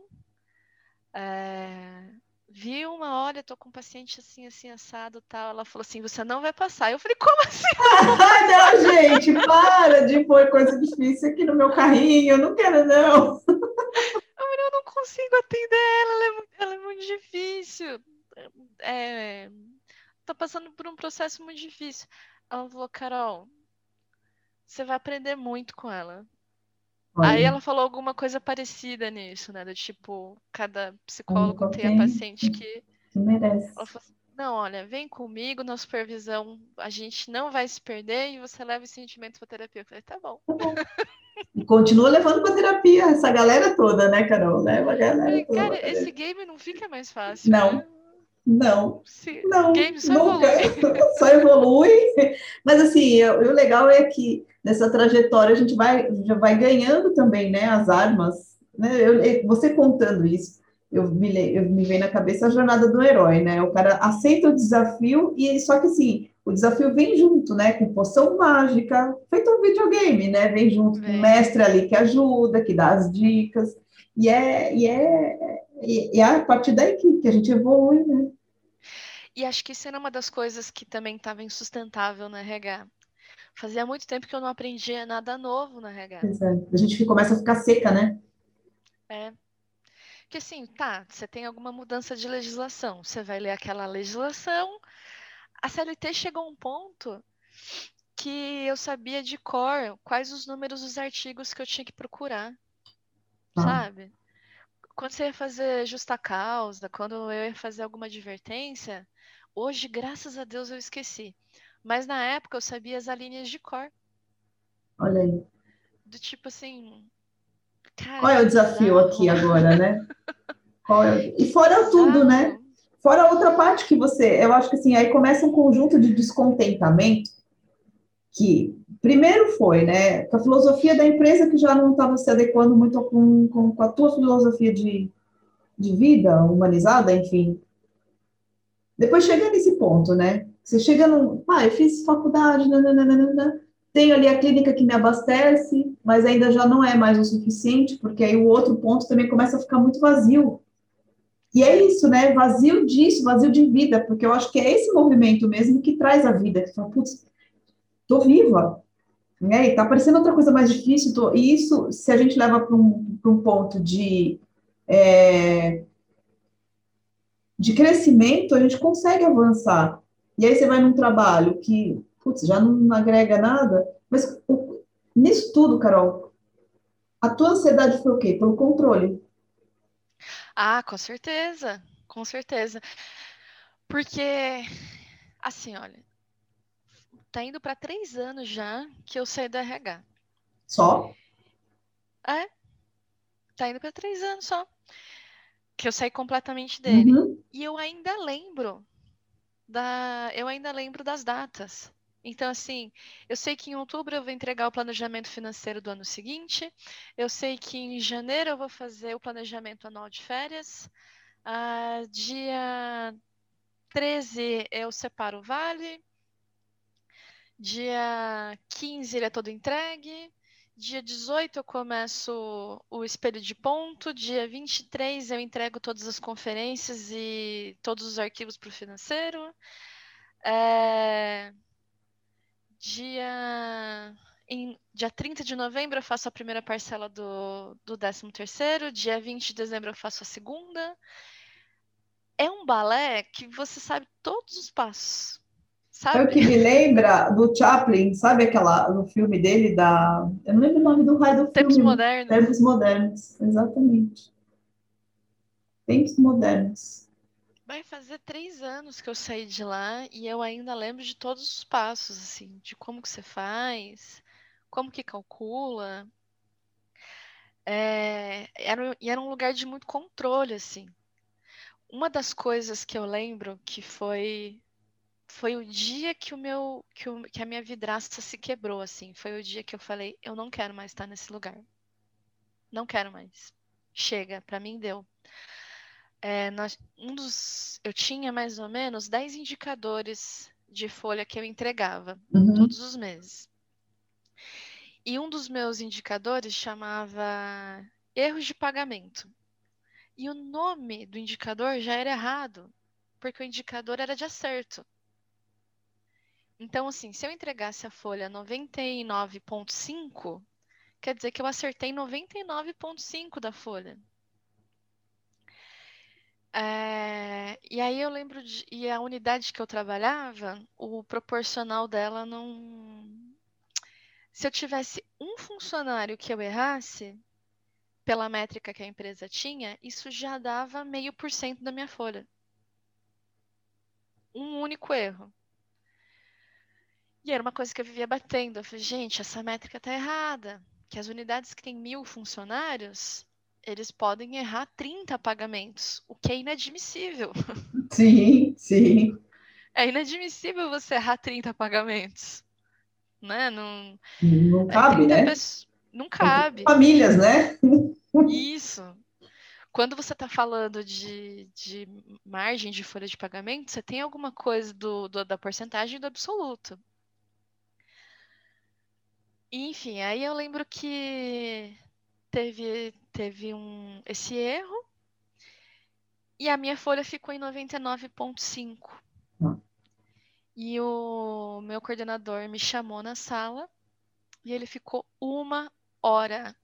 Vi uma hora, tô com um paciente assim, assim, assado tal. Ela falou assim: você não vai passar. Eu falei, como assim? Ai, não, gente, para de pôr coisa difícil aqui no meu carrinho, eu não quero, não. Eu não consigo atender ela, ela é muito difícil. É, tô passando por um processo muito difícil. Ela falou, Carol, você vai aprender muito com ela. Aí Olha, ela falou alguma coisa parecida nisso, né? Do tipo, cada psicólogo único tem a tem paciente que. que merece. Ela falou assim, não, olha, vem comigo na supervisão, a gente não vai se perder e você leva esse sentimento pra terapia. Eu falei, tá bom. Tá bom. E continua levando para terapia essa galera toda, né, Carol? Leva a Eu galera falei, toda para cara, esse terapia. game não fica mais fácil, Não, é? não, O não, game só nunca. evolui. Só evolui. Mas assim, o legal é que nessa trajetória a gente já vai ganhando também, né, as armas, né? Você contando isso, eu me vem na cabeça a jornada do herói, né? O cara aceita o desafio e só que assim, o desafio vem junto, né, com poção mágica, feito um videogame, né? Vem junto com o Vem. mestre ali que ajuda, que dá as dicas. E é a partir daí que a gente evolui, né? E acho que isso era uma das coisas que também estava insustentável no RH. Fazia muito tempo que eu não aprendia nada novo no RH. Pois é. A gente começa a ficar seca, né? É. Porque assim, tá, você tem alguma mudança de legislação, você vai ler aquela legislação. A CLT chegou a um ponto que eu sabia de cor quais os números dos artigos que eu tinha que procurar, Tá. sabe? Quando você ia fazer justa causa, quando eu ia fazer alguma advertência, hoje, graças a Deus, eu esqueci. Mas na época eu sabia as alíneas de cor. Olha aí. Do tipo assim, cara, Qual é que o desafio aqui bizarro. agora, né? E Que fora tudo, né? bizarro. Fora a outra parte que eu acho que assim, aí começa um conjunto de descontentamento que primeiro foi, né, com a filosofia da empresa que já não estava se adequando muito com a tua filosofia de vida humanizada, enfim. Depois chega nesse ponto, né? Você chega num, eu fiz faculdade, nananana, tenho ali a clínica que me abastece, mas ainda já não é mais o suficiente, porque aí o outro ponto também começa a ficar muito vazio. E é isso, né? Vazio disso, vazio de vida, porque eu acho que é esse movimento mesmo que traz a vida, que fala, putz, tô viva, né? E tá parecendo outra coisa mais difícil, e isso, se a gente leva para um ponto de crescimento, a gente consegue avançar. E aí você vai num trabalho que, putz, já não agrega nada, mas nisso tudo, Carol, a tua ansiedade foi o quê? Pelo controle. Ah, com certeza, com certeza. Porque, assim, olha, tá indo para 3 anos já que eu saí do RH. Só? É, tá indo para 3 anos só que eu saí completamente dele. Uhum. E eu ainda lembro das datas. Então, assim, eu sei que em outubro eu vou entregar o planejamento financeiro do ano seguinte. Eu sei que em janeiro eu vou fazer o planejamento anual de férias. Dia 13 eu separo o vale. Dia 15 ele é todo entregue. Dia 18 eu começo o espelho de ponto. Dia 23 eu entrego todas as conferências e todos os arquivos para o financeiro. É, dia 30 de novembro eu faço a primeira parcela do 13º. Dia 20 de dezembro eu faço a segunda. É um balé que você sabe todos os passos, Sabe o sabe? que me lembra do Chaplin, sabe no filme dele, eu não lembro o nome do raio do Tempos filme, modernos. Tempos Modernos, exatamente. Tempos Modernos. Vai fazer 3 anos que eu saí de lá e eu ainda lembro de todos os passos, assim, de como que você faz, como que calcula. Era um lugar de muito controle, assim. Uma das coisas que eu lembro que foi o dia que a minha vidraça se quebrou, assim. Foi o dia que eu falei, eu não quero mais estar nesse lugar. Não quero mais. Chega, pra mim deu. Eu tinha mais ou menos 10 indicadores de folha que eu entregava Uhum. todos os meses. E um dos meus indicadores chamava erros de pagamento. E o nome do indicador já era errado, porque o indicador era de acerto. Então, assim, se eu entregasse a folha 99,5, quer dizer que eu acertei 99,5 da folha. E aí eu lembro e a unidade que eu trabalhava, o proporcional dela não. Se eu tivesse um funcionário que eu errasse, pela métrica que a empresa tinha, isso já dava 0,5% da minha folha. Um único erro. E era uma coisa que eu vivia batendo. Eu falei, gente, essa métrica tá errada. Que as unidades que têm 1.000 funcionários, eles podem errar 30 pagamentos, o que é inadmissível. Sim, sim. É inadmissível você errar 30 pagamentos, né? Não, Não cabe, 30 né? pessoas. Não São 30 cabe. famílias, né? Isso. Quando você está falando de margem de folha de pagamento, você tem alguma coisa da porcentagem do absoluto. Enfim, aí eu lembro que teve esse erro e a minha folha ficou em 99,5. E o meu coordenador me chamou na sala e ele ficou 1 hora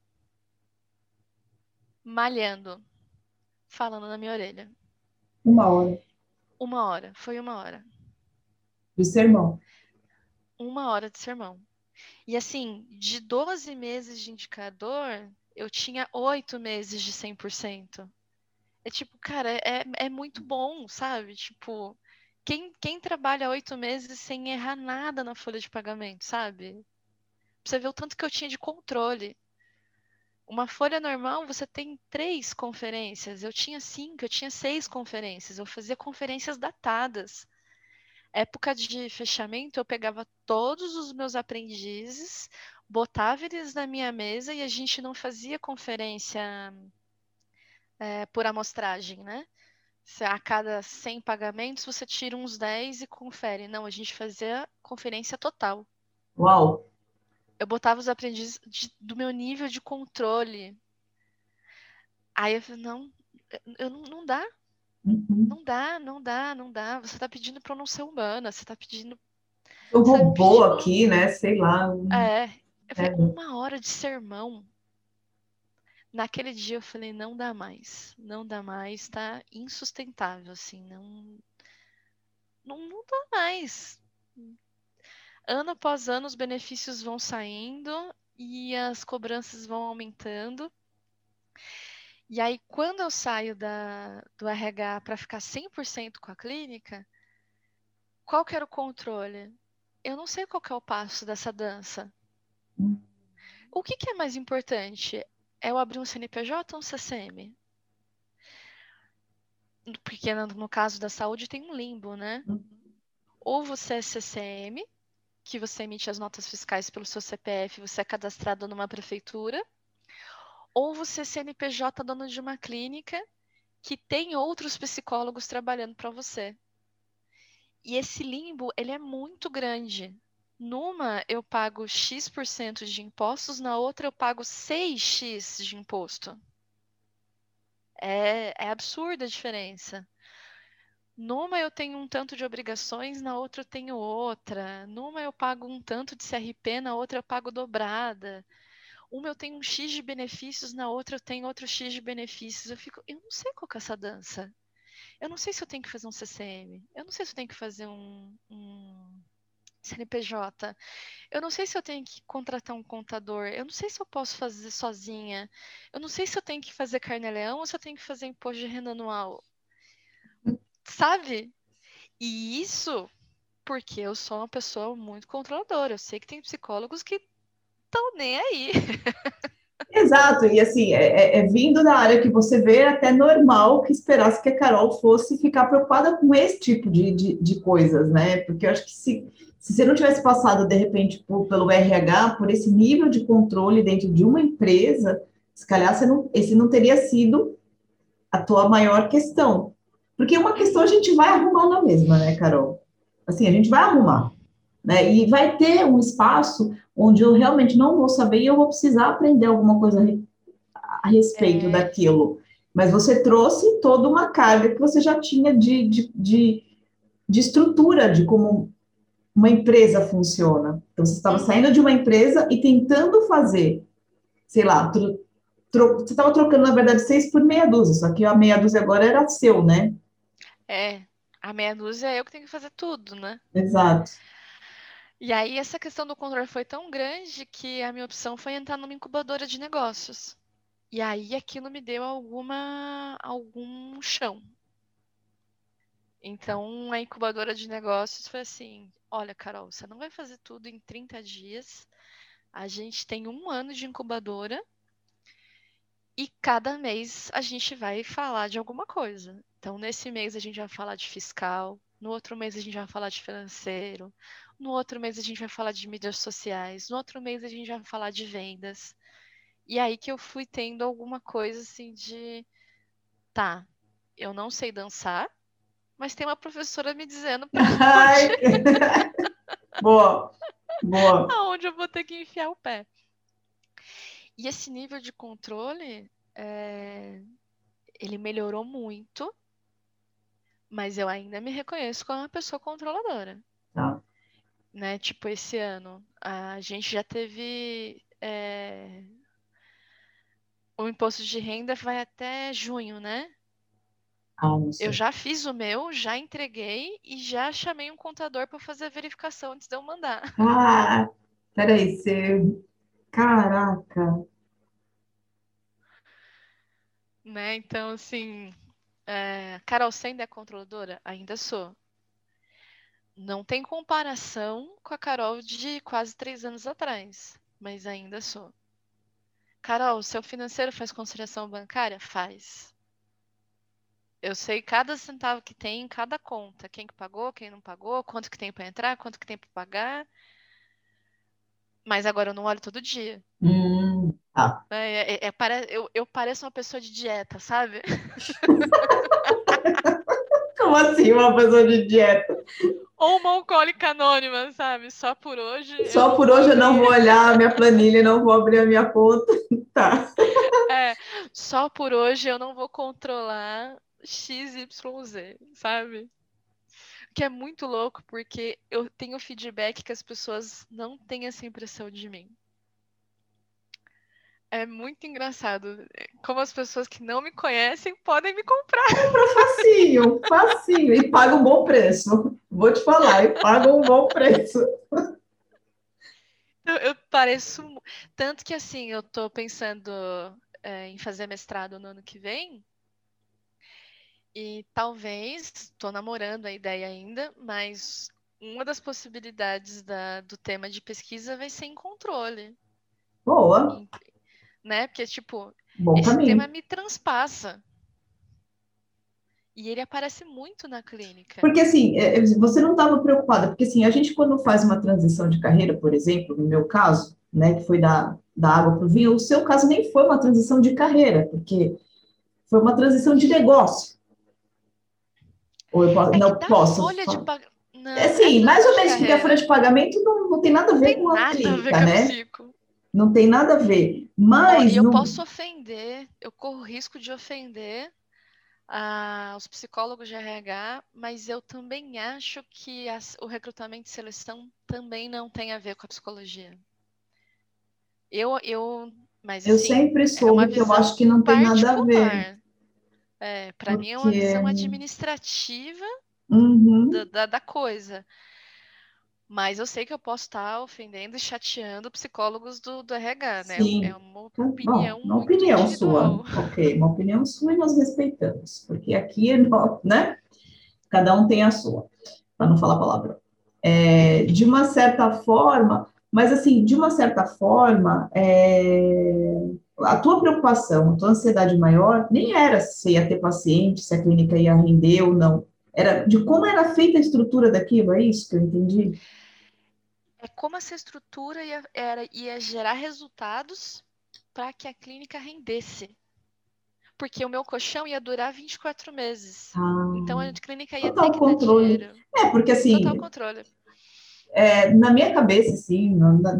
malhando, falando na minha orelha. 1 hora 1 hora, foi 1 hora. de sermão. 1 hora de sermão. E assim, de 12 meses de indicador, eu tinha 8 meses de 100%. É tipo, cara, é muito bom, sabe? Tipo, quem trabalha 8 meses sem errar nada na folha de pagamento, sabe? Pra você ver o tanto que eu tinha de controle. Uma folha normal, você tem 3 conferências. Eu tinha 5, eu tinha 6 conferências. Eu fazia conferências datadas. Época de fechamento, eu pegava todos os meus aprendizes, botava eles na minha mesa e a gente não fazia conferência por amostragem, né? A cada 100 pagamentos, você tira uns 10 e confere. Não, a gente fazia conferência total. Uau! Eu botava os aprendizes do meu nível de controle. Aí eu falei, não, não dá. Uhum. Não dá, não dá, não dá. Você tá pedindo pra eu não ser humana, O você tá me robô pedindo, aqui, né? Sei lá. é, eu falei, É, 1 hora de sermão. Naquele dia eu falei, não dá mais, tá insustentável, assim, não dá mais. Ano após ano os benefícios vão saindo e as cobranças vão aumentando. E aí, quando eu saio do RH para ficar 100% com a clínica, qual que era o controle? Eu não sei qual que é o passo dessa dança. O que que é mais importante? É eu abrir um CNPJ ou um CCM? Porque no caso da saúde tem um limbo, né? Ou você é CCM, que você emite as notas fiscais pelo seu CPF, você é cadastrado numa prefeitura, ou você é CNPJ dono de uma clínica que tem outros psicólogos trabalhando para você. E esse limbo, ele é muito grande. Numa eu pago X% de impostos, na outra eu pago 6x de imposto. É absurda a diferença. Numa eu tenho um tanto de obrigações, na outra eu tenho outra. Numa eu pago um tanto de CRP, na outra eu pago dobrada. Uma eu tenho um X de benefícios, na outra eu tenho outro X de benefícios. Eu não sei qual que é essa dança. Eu não sei se eu tenho que fazer um CCM. Eu não sei se eu tenho que fazer um CNPJ. Eu não sei se eu tenho que contratar um contador. Eu não sei se eu posso fazer sozinha. Eu não sei se eu tenho que fazer carnê-leão ou se eu tenho que fazer imposto de renda anual. Sabe? E isso porque eu sou uma pessoa muito controladora. Eu sei que tem psicólogos que estão nem aí. exato, e assim, é vindo da área que você vê, é até normal que esperasse que a Carol fosse ficar preocupada com esse tipo de coisas, né? Porque eu acho que se você não tivesse passado, de repente, pelo RH, por esse nível de controle dentro de uma empresa, se calhar esse não teria sido a tua maior questão. Porque uma questão a gente vai arrumar na mesma, né, Carol? Assim, a gente vai arrumar, né? E vai ter um espaço onde eu realmente não vou saber e eu vou precisar aprender alguma coisa a respeito É, daquilo. Mas você trouxe toda uma carga que você já tinha de estrutura, de como uma empresa funciona. Então, você estava saindo uhum, de uma empresa e tentando fazer, sei lá, você estava trocando, na verdade, 6 por meia dúzia, só que a meia dúzia agora era seu, né? é. A meia dúzia é eu que tenho que fazer tudo, né? Exato. E aí essa questão do controle foi tão grande que a minha opção foi entrar numa incubadora de negócios. E aí aquilo me deu algum chão. Então a incubadora de negócios foi assim: olha, Carol, você não vai fazer tudo em 30 dias. A gente tem 1 ano de incubadora e cada mês a gente vai falar de alguma coisa. Então, nesse mês a gente vai falar de fiscal, no outro mês a gente vai falar de financeiro, no outro mês a gente vai falar de mídias sociais, no outro mês a gente vai falar de vendas. E aí que eu fui tendo alguma coisa assim de, tá, eu não sei dançar, mas tem uma professora me dizendo para onde, Ai, boa, boa. aonde eu vou ter que enfiar o pé. E esse nível de controle, ele melhorou muito, mas eu ainda me reconheço como uma pessoa controladora, Tá. né? Tipo, esse ano, a gente já teve. O imposto de renda vai até junho, né? Ah, não Eu sei. já fiz o meu, já entreguei e já chamei um contador para fazer a verificação antes de eu mandar, Ah, peraí, você. Caraca. né? Então, assim, Carol, você ainda é controladora? Ainda sou. Não tem comparação com a Carol de quase 3 anos atrás, mas ainda sou. Carol, seu financeiro faz conciliação bancária? Faz. Eu sei cada centavo que tem em cada conta, quem que pagou, quem não pagou, quanto que tem para entrar, quanto que tem para pagar, mas agora eu não olho todo dia. Tá. Eu pareço uma pessoa de dieta, sabe? Como assim, uma pessoa de dieta? Ou uma alcoólica anônima, sabe? Só por hoje eu Só não por vou hoje eu não abrir. vou olhar a minha planilha e não vou abrir a minha conta. Tá. É, só por hoje eu não vou controlar XYZ, sabe? Que é muito louco, porque eu tenho feedback que as pessoas não têm essa impressão de mim. É muito engraçado como as pessoas que não me conhecem podem me comprar. Facinho, facinho. E paga um bom preço. Vou te falar, e paga um bom preço. Eu pareço. Tanto que assim, eu tô pensando em fazer mestrado no ano que vem. E talvez, tô namorando a ideia ainda, mas uma das possibilidades do tema de pesquisa vai ser em controle. Boa, Né? Porque, tipo, bom esse tema caminho. me transpassa. E ele aparece muito na clínica. Porque, assim, você não estava preocupada, porque, assim, a gente, quando faz uma transição de carreira, por exemplo, no meu caso, né, que foi da água para o vinho, o seu caso nem foi uma transição de carreira, porque foi uma transição de negócio. Ou eu É que não da posso folha de falar. pagamento. É Não, é sim, mais transição ou de menos, porque a folha carreira. de pagamento não tem nada a Não ver tem com a nada a ver clínica, com a né? psico. Não tem nada a ver. Ó, e Mas eu não. posso ofender, eu corro risco de ofender os psicólogos de RH, mas eu também acho que o recrutamento e seleção também não tem a ver com a psicologia. Mas Eu assim, sempre é uma soube que eu acho visão que não tem nada a ver, particular. Para mim é uma porque. visão administrativa Uhum, da coisa. Mas eu sei que eu posso estar ofendendo e chateando psicólogos do RH, né? É sim. uma Tá bom, opinião uma muito opinião sua, individual. ok, uma opinião sua e nós respeitamos, porque aqui, né? Cada um tem a sua, para não falar palavrão. De uma certa forma, mas assim, de uma certa forma, a tua preocupação, a tua ansiedade maior, nem era se ia ter paciente, se a clínica ia render ou não. Era de como era feita a estrutura daquilo, é isso que eu entendi? É como essa estrutura ia gerar resultados para que a clínica rendesse. Porque o meu colchão ia durar 24 meses. Ah, Então a clínica ia ter total que dar controle. dinheiro. Porque Total assim, controle. na minha cabeça, assim,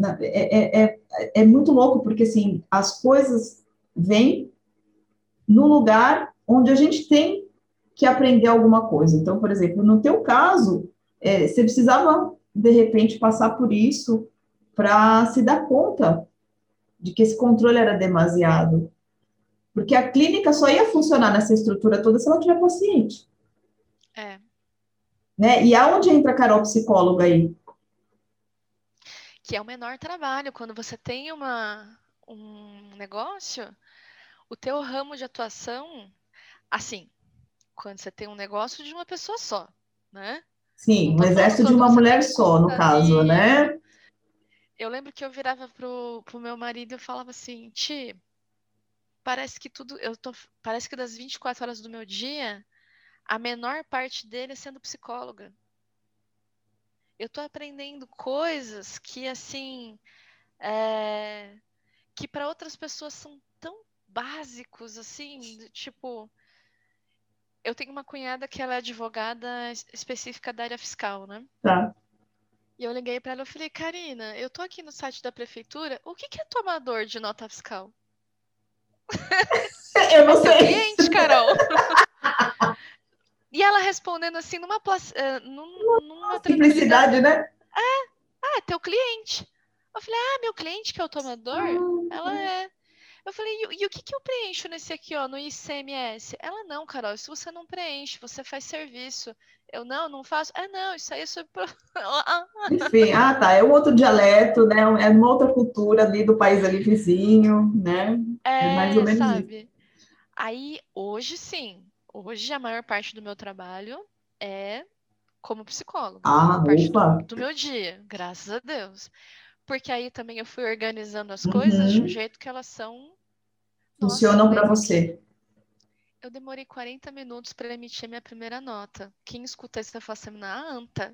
é muito louco, porque assim, as coisas vêm no lugar onde a gente tem que aprender alguma coisa. Então, por exemplo, no teu caso, você precisava, de repente, passar por isso para se dar conta de que esse controle era demasiado. Porque a clínica só ia funcionar nessa estrutura toda se ela tiver paciente. É. Né? E aonde entra a Carol psicóloga aí? Que é o menor trabalho. Quando você tem um negócio, o teu ramo de atuação, assim, quando você tem um negócio de uma pessoa só, né? Não Sim, um tô falando exército de quando uma você mulher tem só, no caso, isso. né? Eu lembro que eu virava pro meu marido e eu falava assim, Ti, parece que parece que das 24 horas do meu dia, a menor parte dele é sendo psicóloga. Eu tô aprendendo coisas que, assim, é, que para outras pessoas são tão básicos, assim, tipo, eu tenho uma cunhada que ela é advogada específica da área fiscal, né? Tá. E eu liguei para ela e falei, Karina, eu tô aqui no site da prefeitura, o que que é tomador de nota fiscal? Eu É não o teu sei. cliente, Carol? E ela respondendo assim, numa tranquilidade, Simplicidade, né? é teu cliente. Eu falei, meu cliente que é o tomador? Ela é. Eu falei, e o que que eu preencho nesse aqui, ó, no ICMS? Ela, não, Carol, isso você não preenche, você faz serviço. Eu, não faço. Não, isso aí é sobre... Enfim, tá, é um outro dialeto, né? É uma outra cultura ali do país ali vizinho, né? É mais ou menos isso. Sabe? Aí, hoje sim. Hoje a maior parte do meu trabalho é como psicóloga. A maior parte do, Ufa. do meu dia, graças a Deus. Porque aí também eu fui organizando as coisas de um Uhum. jeito que elas são. Nossa, eu Funcionam para lembro que você. eu demorei 40 minutos para emitir minha primeira nota. Quem escuta isso vai falar assim, na anta.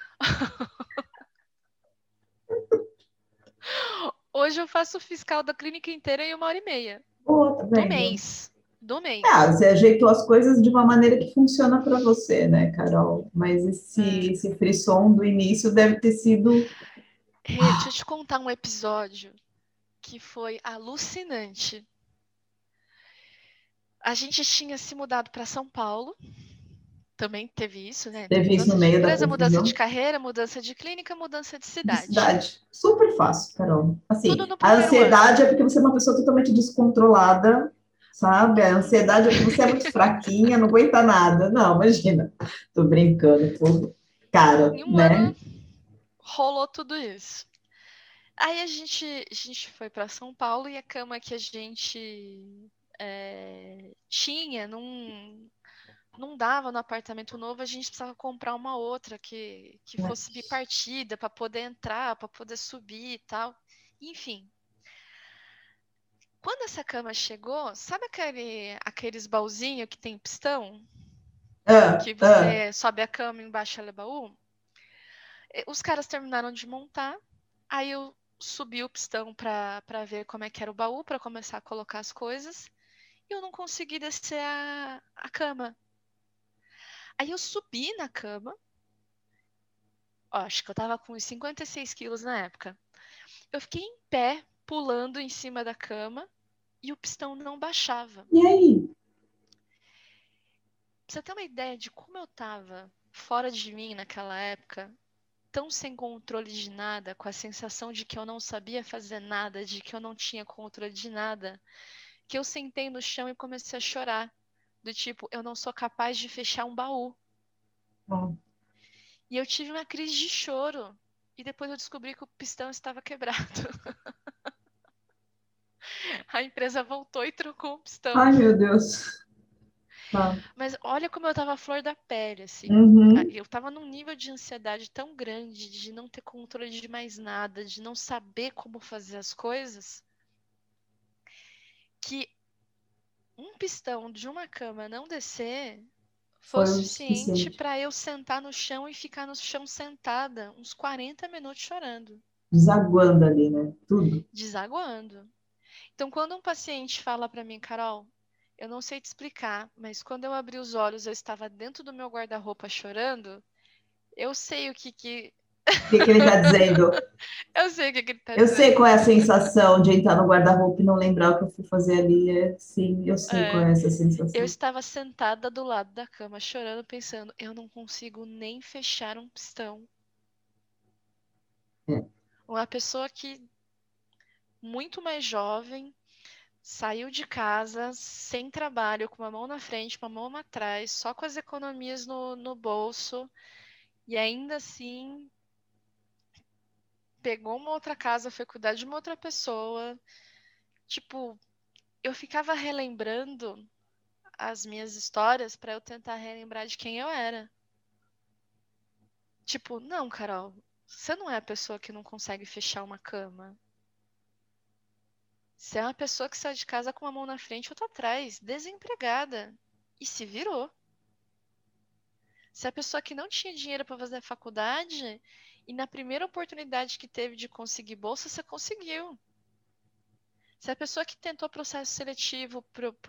Hoje eu faço o fiscal da clínica inteira em 1 hora e meia. Pô, tá Do vendo? mês. Do mês. Você ajeitou as coisas de uma maneira que funciona para você, né, Carol? Mas É. esse frisson do início deve ter sido. Rê, deixa eu te contar um episódio que foi alucinante. A gente tinha se mudado para São Paulo. Também teve isso, né? Então, Teve isso mudança no de meio da empresa, mudança de confusão carreira, mudança de clínica, mudança de de cidade. cidade. Super fácil, Carol. Tudo Assim, no a primeiro ano. ansiedade é porque você é uma pessoa totalmente descontrolada, sabe? A ansiedade é porque você é muito fraquinha, não aguenta nada. Não, imagina. Tô brincando, pô. Cara, Em um né? ano rolou tudo isso. Aí a gente foi para São Paulo e a cama que a gente tinha não dava no apartamento novo, a gente precisava comprar uma outra que fosse bipartida para poder entrar, para poder subir e tal. Enfim, quando essa cama chegou, sabe aqueles baúzinhos que tem pistão? Ah, Que ah. você sobe a cama e embaixo ela é baú? Os caras terminaram de montar, aí eu subi o pistão para ver como é que era o baú, para começar a colocar as coisas, e eu não consegui descer a cama. Aí eu subi na cama, ó, acho que eu tava com uns 56 quilos na época. Eu fiquei em pé, pulando em cima da cama, e o pistão não baixava. E aí? Pra você ter uma ideia de como eu tava fora de mim naquela época, tão sem controle de nada, com a sensação de que eu não sabia fazer nada, de que eu não tinha controle de nada, que eu sentei no chão e comecei a chorar. Do tipo, eu não sou capaz de fechar um baú. Bom, E eu tive uma crise de choro. E depois eu descobri que o pistão estava quebrado. A empresa voltou e trocou o pistão. ai, meu Deus. Tá. Mas olha como eu tava à flor da pele, assim. Uhum. Eu tava num nível de ansiedade tão grande, de não ter controle de mais nada, de não saber como fazer as coisas, que um pistão de uma cama não descer foi o Foi o suficiente suficiente. para eu sentar no chão e ficar no chão sentada uns 40 minutos chorando, Desaguando ali, né? Tudo. desaguando. Então, quando um paciente fala para mim, Carol, eu não sei te explicar, mas quando eu abri os olhos, eu estava dentro do meu guarda-roupa chorando, eu sei o que O que que ele está dizendo? eu sei o que ele está Eu sei qual dizendo. é a sensação de entrar no guarda-roupa e não lembrar o que eu fui fazer ali. É, sim, eu sei qual É, é essa eu sensação. estava sentada do lado da cama, chorando, pensando, eu não consigo nem fechar um pistão. É, Uma pessoa que muito mais jovem, saiu de casa sem trabalho, com uma mão na frente, uma mão atrás, só com as economias no bolso, e ainda assim pegou uma outra casa, foi cuidar de uma outra pessoa. Tipo, eu ficava relembrando as minhas histórias para eu tentar relembrar de quem eu era. Tipo, não, Carol, você não é a pessoa que não consegue fechar uma cama. Você é uma pessoa que sai de casa com uma mão na frente e outra atrás, desempregada. E se virou. Você é a pessoa que não tinha dinheiro para fazer a faculdade e na primeira oportunidade que teve de conseguir bolsa, você conseguiu. Você é a pessoa que tentou processo seletivo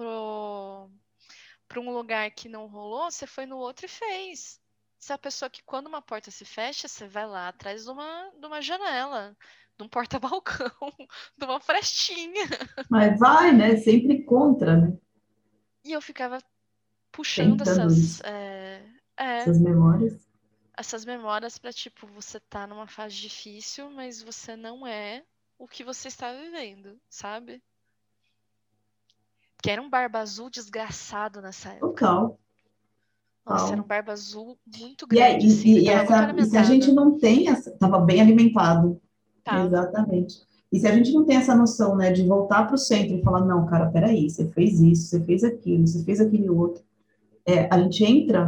para um lugar que não rolou, você foi no outro e fez. Você é a pessoa que quando uma porta se fecha, você vai lá atrás de uma janela, de um porta-balcão, de uma frestinha. mas vai, né? Sempre contra, né? E eu ficava puxando Tentando isso. é, Essas memórias. essas memórias para tipo, você tá numa fase difícil, mas você não é o que você está vivendo, sabe? Que era um barba azul desgraçado nessa época. Total. Nossa, era um Total. barba azul muito E, grande, assim, ele tava muito e se a gente alimentado. não tem essa. Estava bem alimentado. Tava. Exatamente. E se a gente não tem essa noção, né, de voltar para o centro e falar, não, cara, peraí, você fez isso, você fez aquilo, você fez aquele outro. É, a gente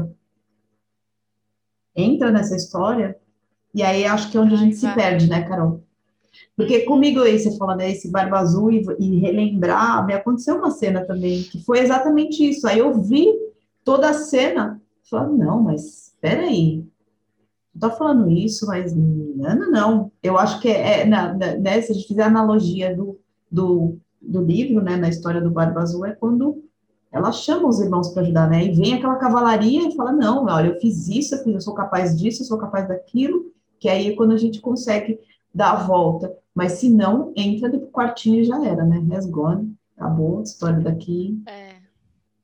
entra nessa história, e aí acho que é onde a Ai, gente se vai. perde, né, Carol? Porque Uhum. comigo aí, você fala, né, esse Barba Azul e relembrar, me aconteceu uma cena também, que foi exatamente isso. Aí eu vi toda a cena, falei, não, mas espera aí, tu tá falando isso, mas não, não, não. Eu acho que né, se a gente fizer a analogia do livro, né, na história do Barba Azul, é quando ela chama os irmãos para ajudar, né, e vem aquela cavalaria e fala, não, olha, eu fiz isso, eu sou capaz disso, eu sou capaz daquilo, que aí é quando a gente consegue dar a volta. Mas se não, entra no quartinho e já era, né, resgone, acabou a história daqui. É.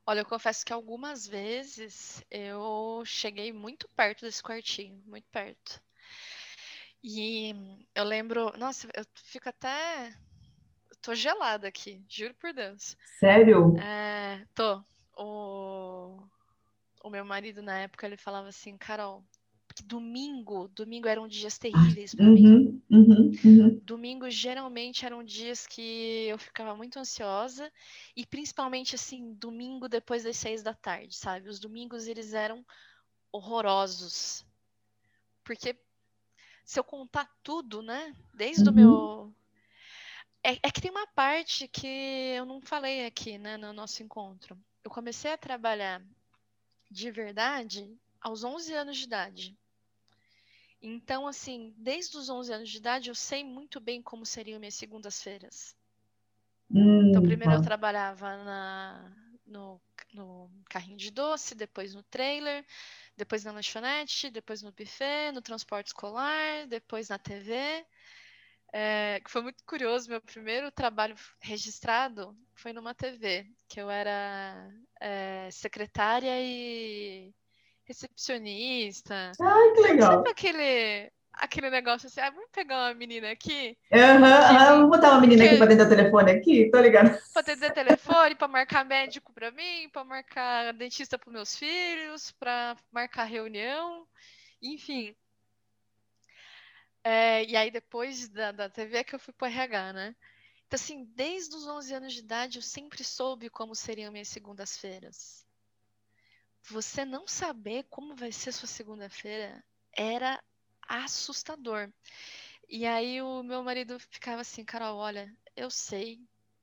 Olha, eu confesso que algumas vezes eu cheguei muito perto desse quartinho, muito perto. E eu lembro, nossa, eu fico até, eu tô gelada aqui, juro por Deus. Sério? Tô. O, o meu marido na época ele falava assim, Carol, que domingo eram dias terríveis pra mim. Uhum, uhum, uhum, Domingos geralmente eram dias que eu ficava muito ansiosa e principalmente assim, domingo depois das 6 da tarde, sabe? Os domingos eles eram horrorosos. Porque se eu contar tudo, né? Desde o uhum. meu. É que tem uma parte que eu não falei aqui, né, no nosso encontro. Eu comecei a trabalhar de verdade aos 11 anos de idade. Então, assim, desde os 11 anos de idade, eu sei muito bem como seriam minhas segundas-feiras. Então, primeiro eu Tá. trabalhava no, no carrinho de doce, depois no trailer, depois na lanchonete, depois no buffet, no transporte escolar, depois na TV. Que foi muito curioso, meu primeiro trabalho registrado foi numa TV, que eu era secretária e recepcionista. Ai, que Sabe legal. aquele negócio assim, vamos pegar uma menina aqui Aham, aham. que, Vou botar uma menina aqui para que dentro do telefone aqui, tô ligada. para atender telefone, para marcar médico para mim, para marcar dentista para meus filhos, para marcar reunião, enfim. E aí depois da TV é que eu fui pro RH, né? Então, assim, desde os 11 anos de idade eu sempre soube como seriam minhas segundas-feiras. Você não saber como vai ser sua segunda-feira era assustador. E aí o meu marido ficava assim, Carol, olha, eu sei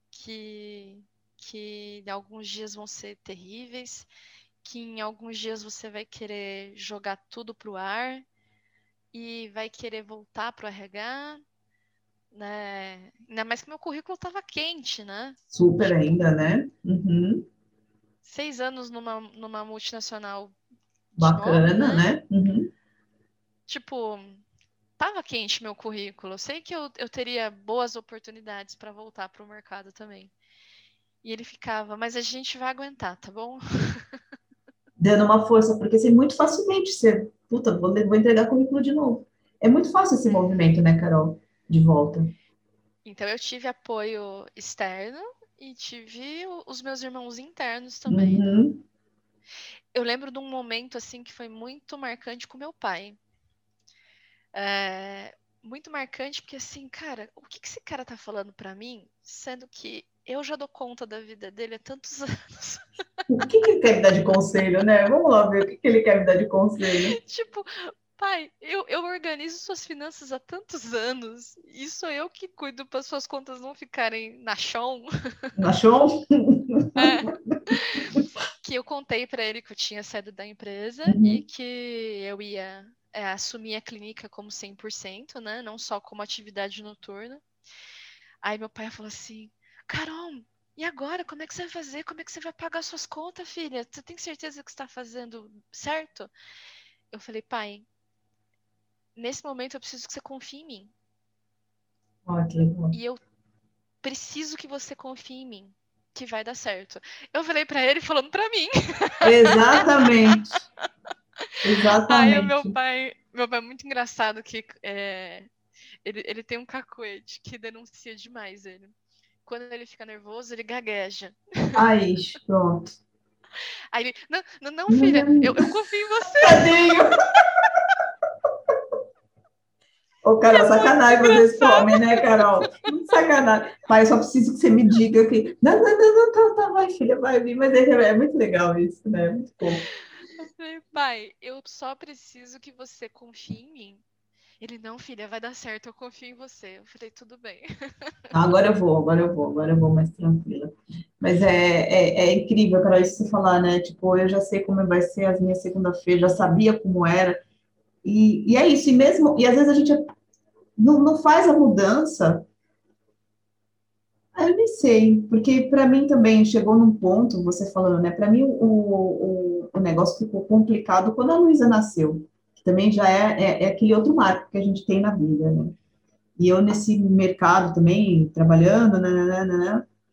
que alguns dias vão ser terríveis, que em alguns dias você vai querer jogar tudo pro ar e vai querer voltar pro RH, né? Ainda mais que meu currículo estava quente, né? Super Tipo, ainda, né? Uhum. 6 anos numa multinacional de nome, Bacana, né? né? Uhum. Tipo, tava quente meu currículo. Eu sei que eu teria boas oportunidades para voltar pro mercado também. E ele ficava, mas a gente vai aguentar, tá bom? Dando uma força, porque assim, muito facilmente você, puta, vou entregar currículo de novo. É muito fácil esse Uhum. movimento, né, Carol? De volta. Então eu tive apoio externo e tive os meus irmãos internos também, né? Uhum. Eu lembro de um momento assim que foi muito marcante com meu pai. Muito marcante porque assim, cara, o que esse cara tá falando pra mim, sendo que eu já dou conta da vida dele há tantos anos. O que que ele quer me dar de conselho, né? Vamos lá ver o que que ele quer me dar de conselho. Tipo, pai, eu organizo suas finanças há tantos anos e sou eu que cuido para suas contas não ficarem na chão. Achou? É. Que eu contei pra ele que eu tinha saído da empresa e Uhum. que eu ia assumir a clínica como 100%, né? Não só como atividade noturna. Aí meu pai falou assim: Carol, e agora? Como é que você vai fazer? Como é que você vai pagar suas contas, filha? Você tem certeza que está fazendo certo? Eu falei, pai, nesse momento eu preciso que você confie em mim. Olha que legal. E eu preciso que você confie em mim, que vai dar certo. Eu falei pra ele falando pra mim. Exatamente. Aí o Exatamente. meu pai é muito engraçado que ele tem um cacuete que denuncia demais ele. Quando ele fica nervoso, ele gagueja. Aí, pronto. Aí ele, não, não, não, filha, eu confio em você. Tadinho. Ô, Carol, É muito sacanagem fazer isso com engraçado. homem, né, Carol? Muito sacanagem. Pai, eu só preciso que você me diga que. Não, não, não, não, tá, vai, filha, vai vir. Mas é muito legal isso, né? Muito bom. Eu falei, pai, eu só preciso que você confie em mim. Ele, não, filha, vai dar certo, eu confio em você. Eu falei, tudo bem. Ah, agora eu vou mais tranquila. Mas é incrível, Carol, isso que você falar, né? Tipo, eu já sei como vai ser as minhas segunda-feira, já sabia como era. E é isso, e mesmo, e às vezes a gente não faz a mudança. Eu nem sei, porque para mim também chegou num ponto, você falando, né? Para mim o negócio ficou complicado quando a Luísa nasceu, que também já é aquele outro marco que a gente tem na vida, né? E eu nesse mercado também, trabalhando, né?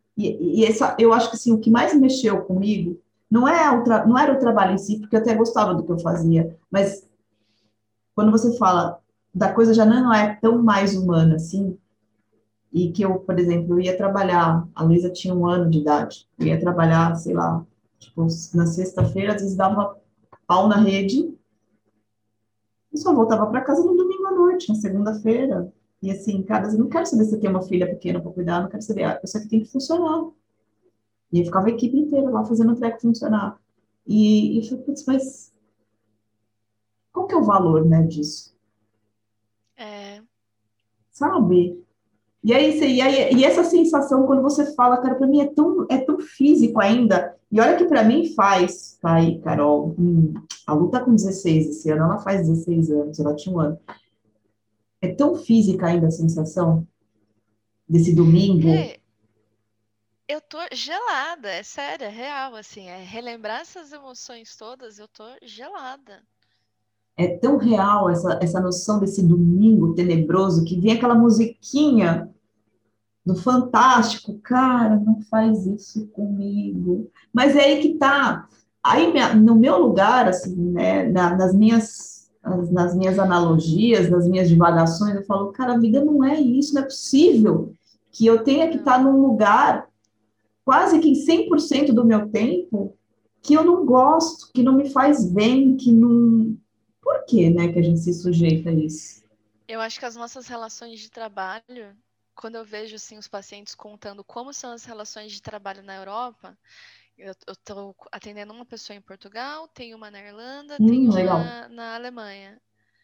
E essa, eu acho que assim, o que mais mexeu comigo não era o trabalho em si, porque eu até gostava do que eu fazia, mas quando você fala da coisa já não é tão mais humana assim, e que eu, por exemplo, eu ia trabalhar, a Luísa tinha 1 ano de idade, eu ia trabalhar, sei lá, tipo, na sexta-feira, às vezes dava pau na rede, e só voltava para casa no domingo à noite, na segunda-feira. E assim, cara, eu não quero saber se você tem uma filha pequena para cuidar, não quero saber, eu só que tem que funcionar. E aí ficava a equipe inteira lá fazendo o treco funcionar. E eu falei, putz, mas qual que é o valor, né, disso? É, Sabe? E essa sensação, quando você fala, cara, para mim é tão físico ainda. E olha que para mim faz, tá aí, Carol, a Lu tá com 16 esse ano, ela faz 16 anos, ela tinha 1 ano. É tão física ainda a sensação desse domingo, é, eu tô gelada, é sério, é real, assim, é relembrar essas emoções todas, eu tô gelada. é tão real essa noção desse domingo tenebroso, que vem aquela musiquinha do Fantástico, cara, não faz isso comigo. Mas é aí que tá. Aí, no meu lugar, assim, né, nas minhas analogias, nas minhas divagações, eu falo, cara, a vida não é isso, não é possível que eu tenha que Não. estar num lugar, quase que em 100% do meu tempo, que eu não gosto, que não me faz bem, que não. Por que, né, que a gente se sujeita a isso? Eu acho que as nossas relações de trabalho, quando eu vejo assim os pacientes contando como são as relações de trabalho na Europa, eu estou atendendo uma pessoa em Portugal, tenho uma na Irlanda, tenho Legal. uma na Alemanha.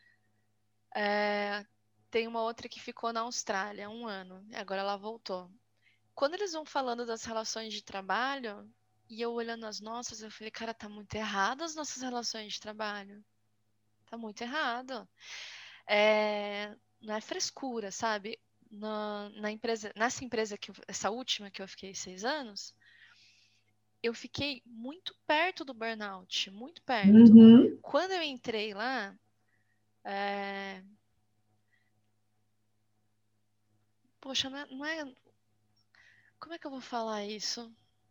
É, tem uma outra que ficou na Austrália 1 ano, agora ela voltou. Quando eles vão falando das relações de trabalho, e eu olhando as nossas, eu falei, cara, tá muito errado as nossas relações de trabalho. Tá muito errado. Não é frescura, sabe? Na empresa, nessa empresa essa última que eu fiquei 6 anos, eu fiquei muito perto do burnout, muito perto. Uhum. Quando eu entrei lá, é, poxa, não é. Como é que eu vou falar isso?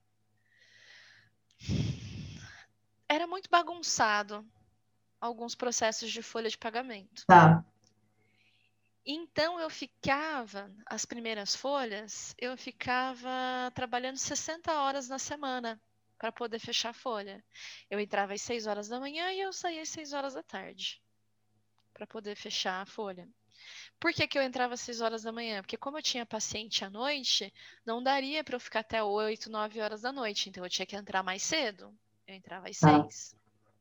Era muito bagunçado alguns processos de folha de pagamento. Tá. Então eu ficava, as primeiras folhas, eu ficava trabalhando 60 horas na semana para poder fechar a folha. Eu entrava às 6 horas da manhã e eu saía às 6 horas da tarde para poder fechar a folha. Por que que eu entrava às 6 horas da manhã? Porque como eu tinha paciente à noite, não daria para eu ficar até 8, 9 horas da noite, então eu tinha que entrar mais cedo. Eu entrava às Tá. 6.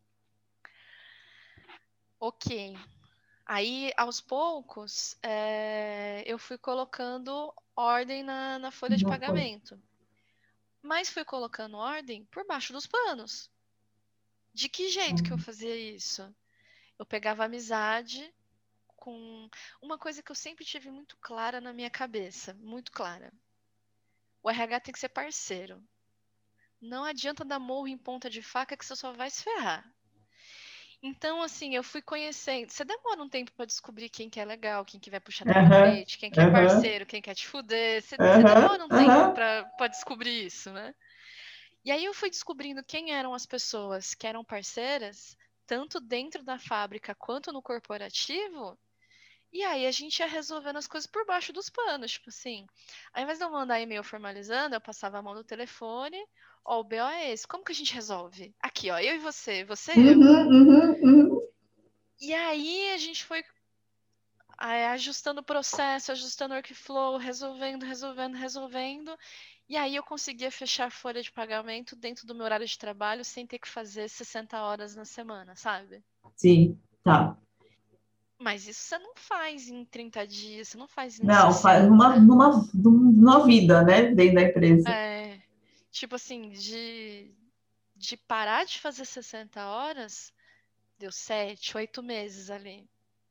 Ok. Aí, aos poucos, eu fui colocando ordem na folha de Não foi. pagamento. Mas fui colocando ordem por baixo dos panos. De que jeito que eu fazia isso? Eu pegava amizade com uma coisa que eu sempre tive muito clara na minha cabeça, muito clara. O RH tem que ser parceiro. Não adianta dar morro em ponta de faca que você só vai se ferrar. Então, assim, eu fui conhecendo. Você demora um tempo pra descobrir quem que é legal, quem que vai puxar teu Aham, tapete, quem que é aham, parceiro, quem quer te fuder. Você aham, demora um tempo aham. pra descobrir isso, né? E aí eu fui descobrindo quem eram as pessoas que eram parceiras, tanto dentro da fábrica quanto no corporativo. E aí a gente ia resolvendo as coisas por baixo dos panos, tipo assim. Ao invés de eu mandar e-mail formalizando, eu passava a mão no telefone. Ó, o BO é esse. Como que a gente resolve? Aqui, ó, eu e você e eu. Uhum, uhum, uhum. E aí a gente foi ajustando o processo, ajustando o workflow, resolvendo. E aí eu conseguia fechar a folha de pagamento dentro do meu horário de trabalho sem ter que fazer 60 horas na semana, sabe? Sim, tá. Mas isso você não faz em 30 dias, você não faz em Não, faz 60. numa vida, né, dentro da empresa. É, tipo assim, de parar de fazer 60 horas, deu 7, 8 meses ali,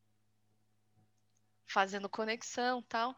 fazendo conexão e tal.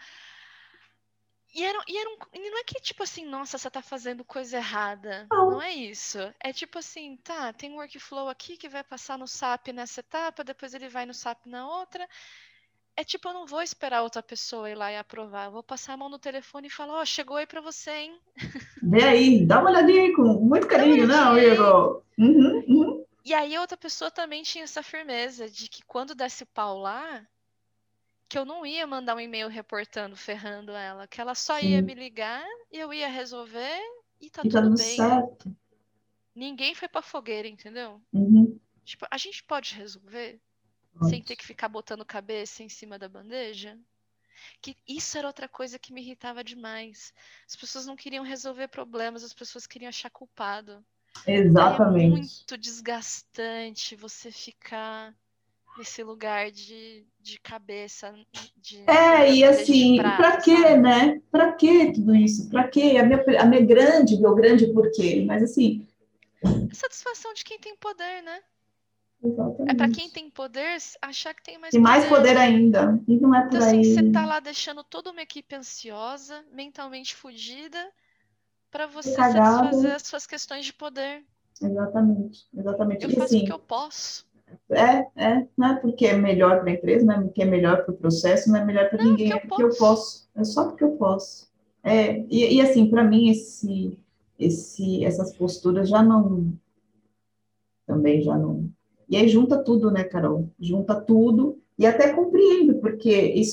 E não é que tipo assim, nossa, você tá fazendo coisa errada. Não Não, é isso. É tipo assim, tá, tem um workflow aqui que vai passar no SAP nessa etapa, depois ele vai no SAP na outra. É tipo, eu não vou esperar outra pessoa ir lá e aprovar. Eu vou passar a mão no telefone e falar, ó, chegou aí pra você, hein? Vê aí, dá uma olhadinha aí com muito Dá uma carinho, não, olhadinha aí. Igor? Uhum, uhum. E aí a outra pessoa também tinha essa firmeza de que quando desse pau lá, que eu não ia mandar um e-mail reportando, ferrando ela, que ela só ia me Sim, ligar, eu ia resolver e tá e tá tudo dando bem. certo. Ninguém foi pra fogueira, entendeu? Uhum. Tipo, a gente pode resolver sem ter Pronto. que ficar botando cabeça em cima da bandeja? Que isso era outra coisa que me irritava demais. As pessoas não queriam resolver problemas, as pessoas queriam achar culpado. E aí é Exatamente. muito desgastante você ficar nesse lugar de cabeça, É, da e bandeja de assim, para prata, quê, sabe? né? Para quê tudo isso? Para quê? A minha grande, meu grande porquê. Mas assim, A satisfação de quem tem poder, né? É pra quem exatamente. tem poder achar que tem mais Tem mais poder. poder ainda. E não é Então, por assim, você aí. tá lá deixando toda uma equipe ansiosa, mentalmente fodida, pra você Cagada. satisfazer as suas questões de poder. Exatamente. Exatamente. Eu E faço porque assim, eu posso. não é porque é melhor para a empresa, não é porque é melhor para o processo, não é melhor para Não, ninguém, porque eu é porque eu posso. posso. É só porque eu posso. E assim, para mim, essas posturas já não, também já não. E aí junta tudo, né, Carol? Junta tudo e até compreendo, porque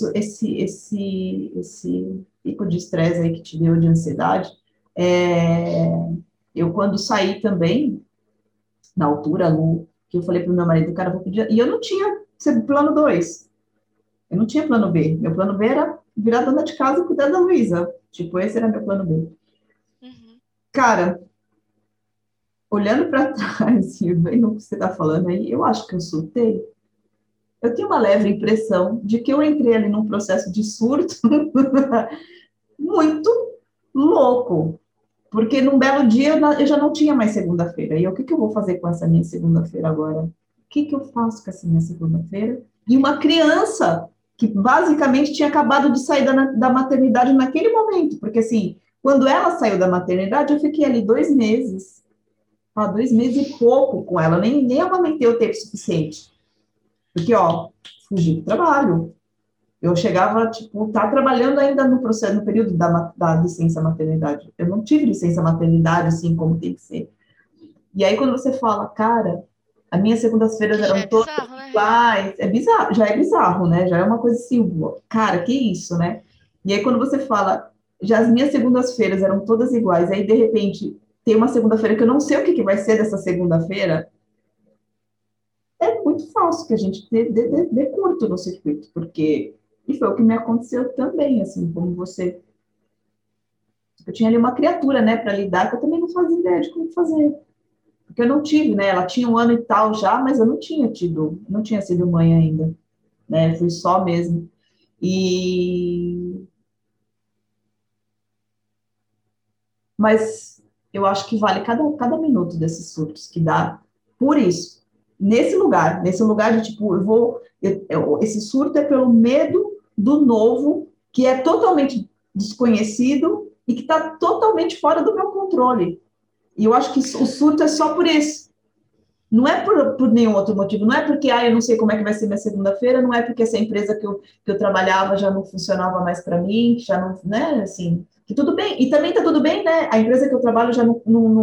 esse pico de estresse aí que te deu de ansiedade, é, eu quando saí também, na altura, Lu, que eu falei para o meu marido, cara, vou pedir, e eu não tinha plano 2, eu não tinha plano B, meu plano B era virar dona de casa e cuidar da Luísa, tipo, esse era meu plano B. Uhum. Cara, olhando para trás e vendo o que você está falando aí, eu acho que eu surtei. Eu tenho uma leve impressão de que eu entrei ali num processo de surto muito louco, porque num belo dia eu já não tinha mais segunda-feira. E o que eu vou fazer com essa minha segunda-feira agora? O que eu faço com essa minha segunda-feira? E uma criança que basicamente tinha acabado de sair da maternidade naquele momento, porque assim, quando ela saiu da maternidade, eu fiquei ali 2 meses, 2 meses e pouco com ela, nem amamentei o tempo suficiente. Porque, ó, fugi do trabalho. Eu chegava, tipo, tá trabalhando ainda no processo, no período da licença maternidade. Eu não tive licença maternidade, assim, como tem que ser. E aí, quando você fala, cara, as minhas segundas-feiras Que já é eram todas bizarro, né, Rê? iguais, é bizarro, já é bizarro, né? Já é uma coisa assim, cara, que isso, né? E aí, quando você fala, já as minhas segundas-feiras eram todas iguais, aí, de repente, tem uma segunda-feira que eu não sei o que vai ser dessa segunda-feira, é muito falso que a gente dê curto no circuito, porque e foi o que me aconteceu também, assim, como você. Eu tinha ali uma criatura, né, para lidar, que eu também não fazia ideia de como fazer. Porque eu não tive, né? Ela tinha 1 ano e tal já, mas eu não tinha sido mãe ainda, né? Fui só mesmo. E. Mas eu acho que vale cada minuto desses surtos que dá por isso. Nesse lugar de tipo, esse surto é pelo medo do novo, que é totalmente desconhecido e que está totalmente fora do meu controle. E eu acho que o surto é só por isso. Não é por nenhum outro motivo. Não é porque eu não sei como é que vai ser minha segunda-feira, não é porque essa empresa que eu trabalhava já não funcionava mais para mim, que já não, né, assim, que tudo bem. E também tá tudo bem, né? A empresa que eu trabalho já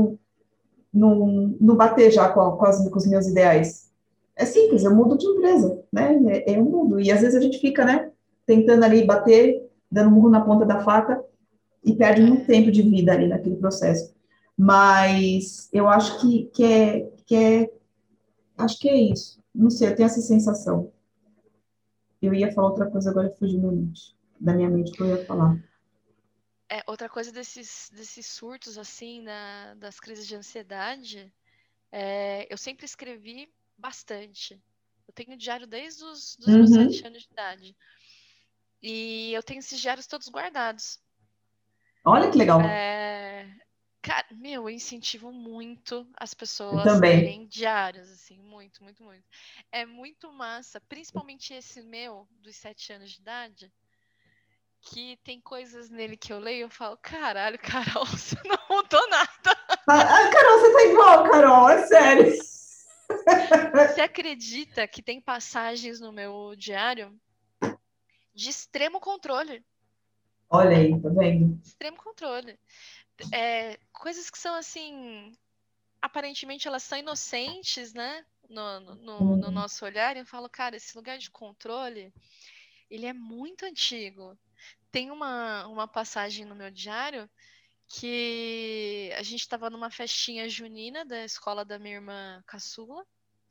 não bater já com os meus ideais. É simples, Uhum. eu mudo de empresa, né? Eu mudo. E às vezes a gente fica, né, tentando ali bater, dando murro na ponta da faca e perde muito É. tempo de vida ali naquele processo. Mas eu acho acho que é isso. Não sei, eu tenho essa sensação. Eu ia falar outra coisa, agora fugiu da minha mente que eu ia falar. É, outra coisa desses surtos, assim, das crises de ansiedade, eu sempre escrevi bastante. Eu tenho diário desde dos meus Uhum. 7 anos de idade. E eu tenho esses diários todos guardados. Olha que legal. É, cara, meu, eu incentivo muito as Eu pessoas também. terem diários, assim, muito, muito, muito. É muito massa, principalmente esse meu, dos 7 anos de idade, que tem coisas nele que eu leio e eu falo, caralho, Carol, você não mudou nada. Carol, você tá igual, Carol, é sério. Você acredita que tem passagens no meu diário de extremo controle. Olha aí, tá vendo? Extremo controle. Coisas que são assim, aparentemente elas são inocentes, né? No nosso olhar, e eu falo, cara, esse lugar de controle, ele é muito antigo. Tem uma passagem no meu diário que a gente estava numa festinha junina da escola da minha irmã caçula.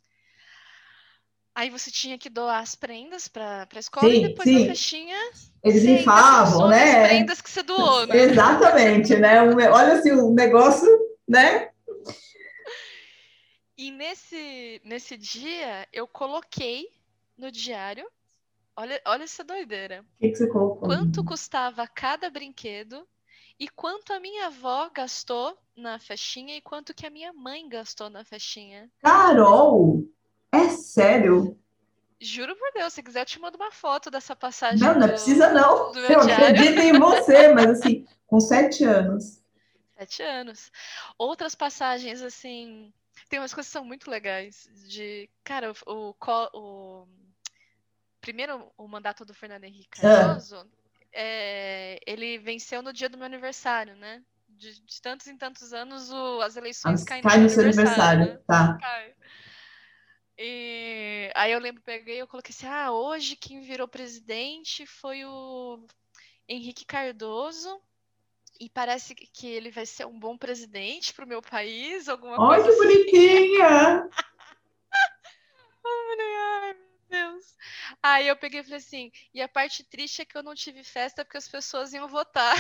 Aí você tinha que doar as prendas para a escola e Sim, depois da sim. festinha Eles você ainda rifavam, consome as né? prendas que você doou, né? Exatamente, né? Olha assim, um negócio, né? E nesse dia eu coloquei no diário, olha essa doideira, O que você colocou? quanto custava cada brinquedo e quanto a minha avó gastou na festinha e quanto que a minha mãe gastou na festinha. Carol, é sério? Juro por Deus, se quiser eu te mando uma foto dessa passagem Não, não precisa não. do meu Eu diário. acredito em você, mas assim, com 7 anos. 7 anos. Outras passagens, assim, tem umas coisas que são muito legais. Cara, primeiro, o mandato do Fernando Henrique Ah, Cardoso, ele venceu no dia do meu aniversário, né? De tantos em tantos anos, as eleições caem no cai meu no seu aniversário, aniversário, né? tá? Cai. E aí eu lembro, peguei, eu coloquei assim, hoje quem virou presidente foi o Henrique Cardoso, e parece que ele vai ser um bom presidente para o meu país, alguma Ai, coisa que assim. bonitinha! Ai, meu Deus. Aí eu peguei e falei assim, e a parte triste é que eu não tive festa porque as pessoas iam votar.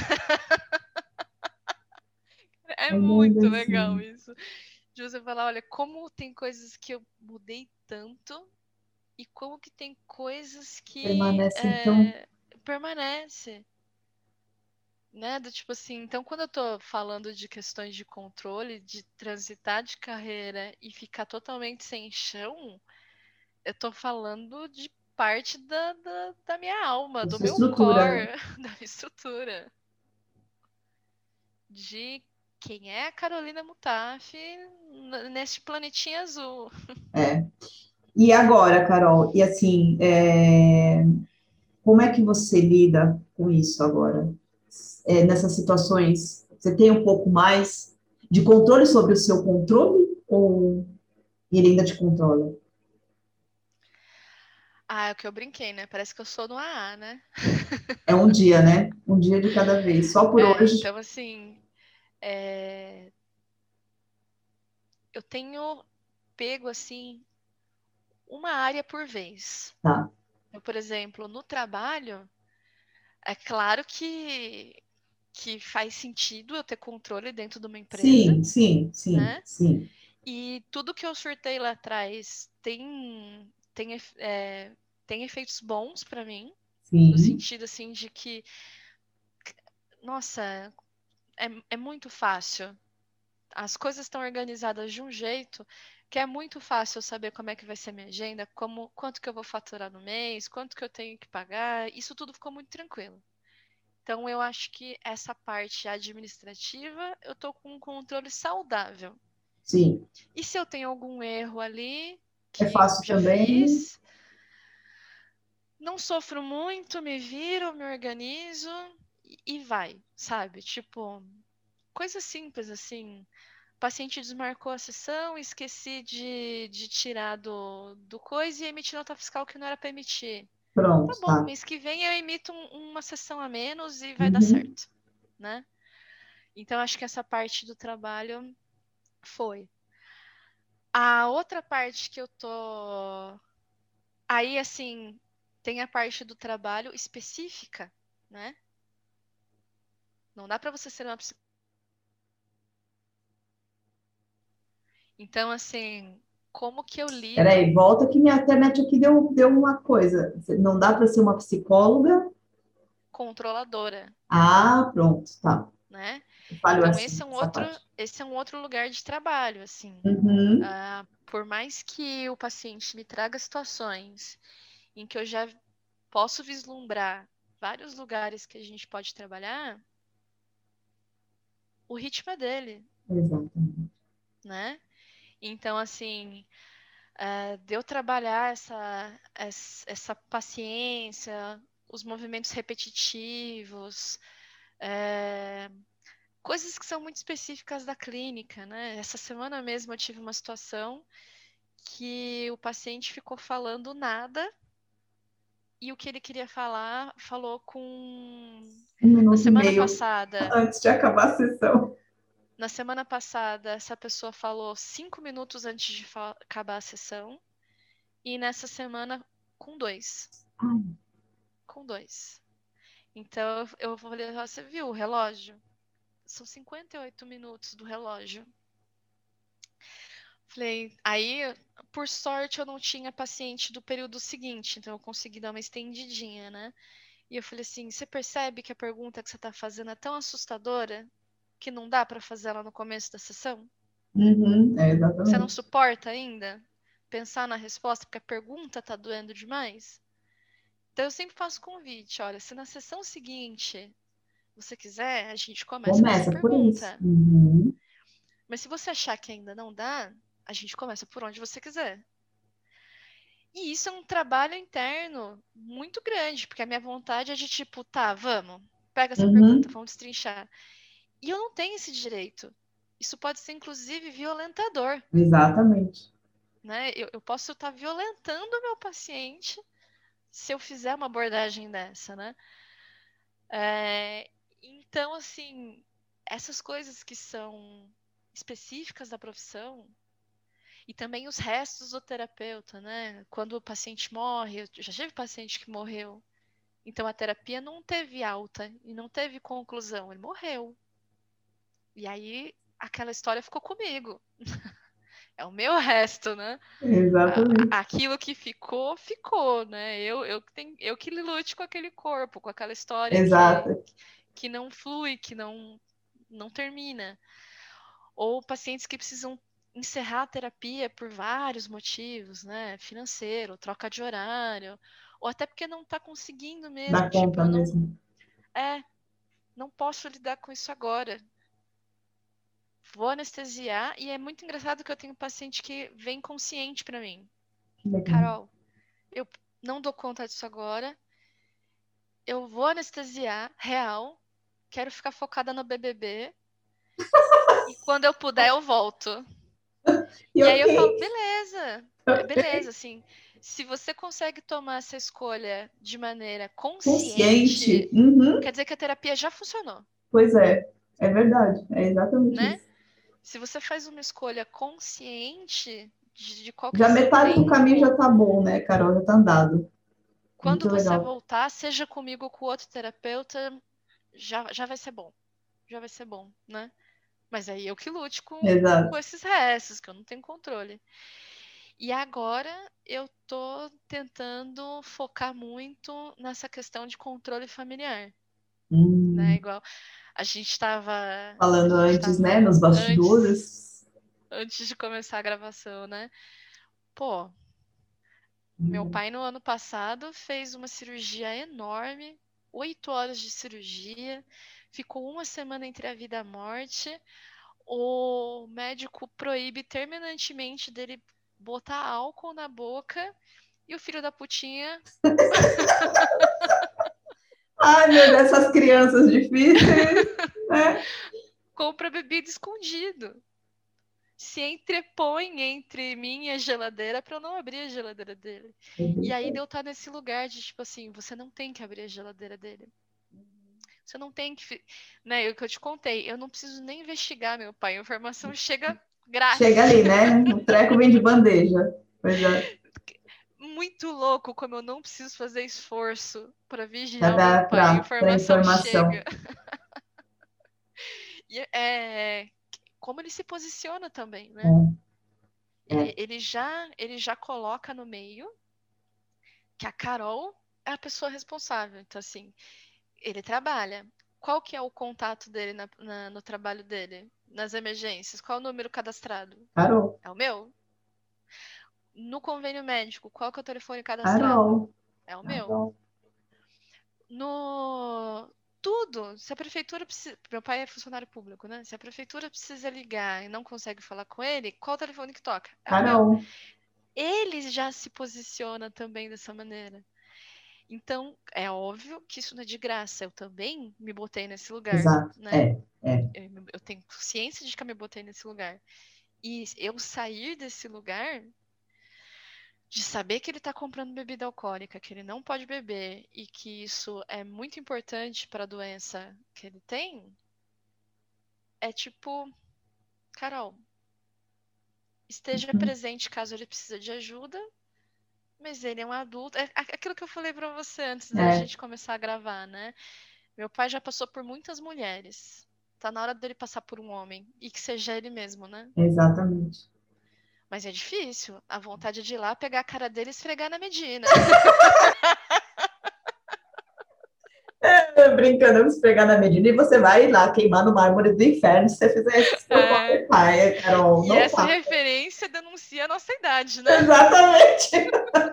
É Ainda muito legal assim, isso. De você falar, olha, como tem coisas que eu mudei tanto e como que tem coisas que permanece então. permanece. Né? Do tipo assim, então quando eu tô falando de questões de controle, de transitar de carreira e ficar totalmente sem chão, eu tô falando de parte da minha alma, Da do sua meu estrutura, né? core, da minha estrutura. De quem é a Carolina Mutaf neste planetinha azul. É. E agora, Carol, e assim, como é que você lida com isso agora? Nessas situações, você tem um pouco mais de controle sobre o seu controle ou ele ainda te controla? É o que eu brinquei, né? Parece que eu sou no AA, né? É um dia, né? Um dia de cada vez. Só por hoje, Então assim, é, eu tenho pego assim uma área por vez. tá? Eu, por exemplo, no trabalho, é claro que faz sentido eu ter controle dentro de uma empresa, Sim, sim, sim, né? sim, E tudo que eu surtei lá atrás tem efeitos bons para mim, no sim. sentido assim de que, nossa, é muito fácil. As coisas estão organizadas de um jeito que é muito fácil eu saber como é que vai ser minha agenda, quanto que eu vou faturar no mês, quanto que eu tenho que pagar. Isso tudo ficou muito tranquilo. Então eu acho que essa parte administrativa eu tô com um controle saudável. Sim. E se eu tenho algum erro ali É que fácil já também. fiz, não sofro muito, me viro, me organizo e vai, sabe? Tipo, coisa simples assim. O paciente desmarcou a sessão, esqueci de tirar do coisa e emiti nota fiscal que não era para emitir. Tá Pronto, bom, tá. mês que vem eu emito uma sessão a menos e vai dar Uhum. certo, né? Então acho que essa parte do trabalho foi. A outra parte que eu tô. Aí, assim, tem a parte do trabalho específica, né? Não dá para você ser uma psicóloga. Então, assim, como que eu lido Peraí, volta que minha internet aqui deu uma coisa. Não dá para ser uma psicóloga? controladora, Ah, pronto, tá. né? Falhou Então, essa parte. esse é um outro lugar de trabalho, assim. Uhum, Por mais que o paciente me traga situações em que eu já posso vislumbrar vários lugares que a gente pode trabalhar, o ritmo é dele, exatamente. né? Então, assim, de eu trabalhar essa paciência os movimentos repetitivos, coisas que são muito específicas da clínica, né? Essa semana mesmo eu tive uma situação que o paciente ficou falando nada e o que ele queria falar, falou com... Um Na minuto e semana meio passada, antes de acabar a sessão. essa pessoa falou 5 minutos antes de acabar a sessão e nessa semana com 2. Ai. Com 2. Então eu falei, você viu o relógio? São 58 minutos do relógio. Falei, aí, por sorte, eu não tinha paciente do período seguinte, então eu consegui dar uma estendidinha, né? E eu falei assim, você percebe que a pergunta que você está fazendo é tão assustadora que não dá para fazer ela no começo da sessão? Você não Exatamente. suporta ainda pensar na resposta porque a pergunta tá doendo demais? Então eu sempre faço convite, olha, se na sessão seguinte você quiser, a gente começa com essa Começa por isso. pergunta. Mas se você achar que ainda não dá, a gente começa por onde você quiser. E isso é um trabalho interno muito grande, porque a minha vontade é de tipo, tá, vamos, pega essa pergunta, vamos destrinchar. E eu não tenho esse direito. Isso pode ser, inclusive, violentador. Exatamente. Né? Eu posso estar violentando o meu paciente se eu fizer uma abordagem dessa, né? Então, assim, essas coisas que são específicas da profissão e também os restos do terapeuta, né? Quando o paciente morre, eu já tive paciente que morreu, então a terapia não teve alta e não teve conclusão, ele morreu. E aí aquela história ficou comigo. É o meu resto, né? Exatamente. Aquilo que ficou, ficou, né? Eu que lute com aquele corpo, com aquela história Exato. que não flui, que não termina. Ou pacientes que precisam encerrar a terapia por vários motivos, né? Financeiro, troca de horário, ou até porque não está conseguindo mesmo. Dá Tipo, conta eu mesmo. não posso lidar com isso agora. Vou anestesiar, e é muito engraçado que eu tenho paciente que vem consciente para mim. Que legal. Carol, eu não dou conta disso agora. Eu vou anestesiar, real. Quero ficar focada no BBB. E quando eu puder, eu volto. E E aí eu falo, ok. beleza, assim. Se você consegue tomar essa escolha de maneira Consciente. consciente, quer dizer que a terapia já funcionou, Pois é. É verdade. É exatamente né? isso. Se você faz uma escolha consciente de qual que é Já seu metade do caminho já tempo, tá bom, né, Carol? Já tá andado. quando Muito você legal. voltar, seja comigo ou com outro terapeuta, já vai ser bom. Já vai ser bom, né? Mas aí eu que lute com Exato. esses restos, que eu não tenho controle. E agora eu tô tentando focar muito nessa questão de controle familiar, né? Hum. Igual a Falando gente antes, né, tava nos bastidores. antes de começar a gravação, né? Pô, meu Hum. pai no ano passado fez uma cirurgia enorme, 8 horas de cirurgia, ficou uma semana entre a vida e a morte. O médico proíbe terminantemente dele botar álcool na boca e o filho da putinha Ai, meu Deus, essas crianças difíceis, né? compra bebida escondido. Se entrepõe entre mim e a geladeira para eu não abrir a geladeira dele. E aí eu estar nesse lugar de tipo assim, você não tem que abrir a geladeira dele. Você não tem que, né, o que eu te contei, eu não preciso nem investigar meu pai, a informação chega Chega grátis. ali, né? O treco vem de bandeja. Pois é. Muito louco como eu não preciso fazer esforço para Já vigiar o meu dá pai, a para informação informação. chega. E como ele se posiciona também, né? É. Ele já coloca no meio que a Carol é a pessoa responsável. Então, assim, ele trabalha. Qual que é o contato dele no trabalho dele? Nas emergências? Qual é o número cadastrado? Carol. É o meu? No convênio médico, qual que é o telefone cadastrado? Carol. É o meu. Carol. No tudo, se a prefeitura precisa, meu pai é funcionário público, né? Se a prefeitura precisa ligar e não consegue falar com ele, qual o telefone que toca? É o meu. Carol. Ele já se posiciona também dessa maneira. Então, é óbvio que isso não é de graça. Eu também me botei nesse lugar, Exato. né? É. Eu tenho ciência de que eu me botei nesse lugar. E eu sair desse lugar, de saber que ele tá comprando bebida alcoólica, que ele não pode beber e que isso é muito importante para a doença que ele tem, é tipo, Carol, esteja presente caso ele precise de ajuda, mas ele é um adulto. É aquilo que eu falei para você antes da É, gente começar a gravar, né? Meu pai já passou por muitas mulheres. Tá na hora dele passar por um homem e que seja ele mesmo, né? exatamente. Mas é difícil. A vontade de ir lá, pegar a cara dele e esfregar na Medina. Brincando, vamos pegar na medida e você vai lá queimar no mármore do inferno se você fizer isso com seu É. próprio pai, Carol. E Não essa faça. referência denuncia a nossa idade, né? Exatamente.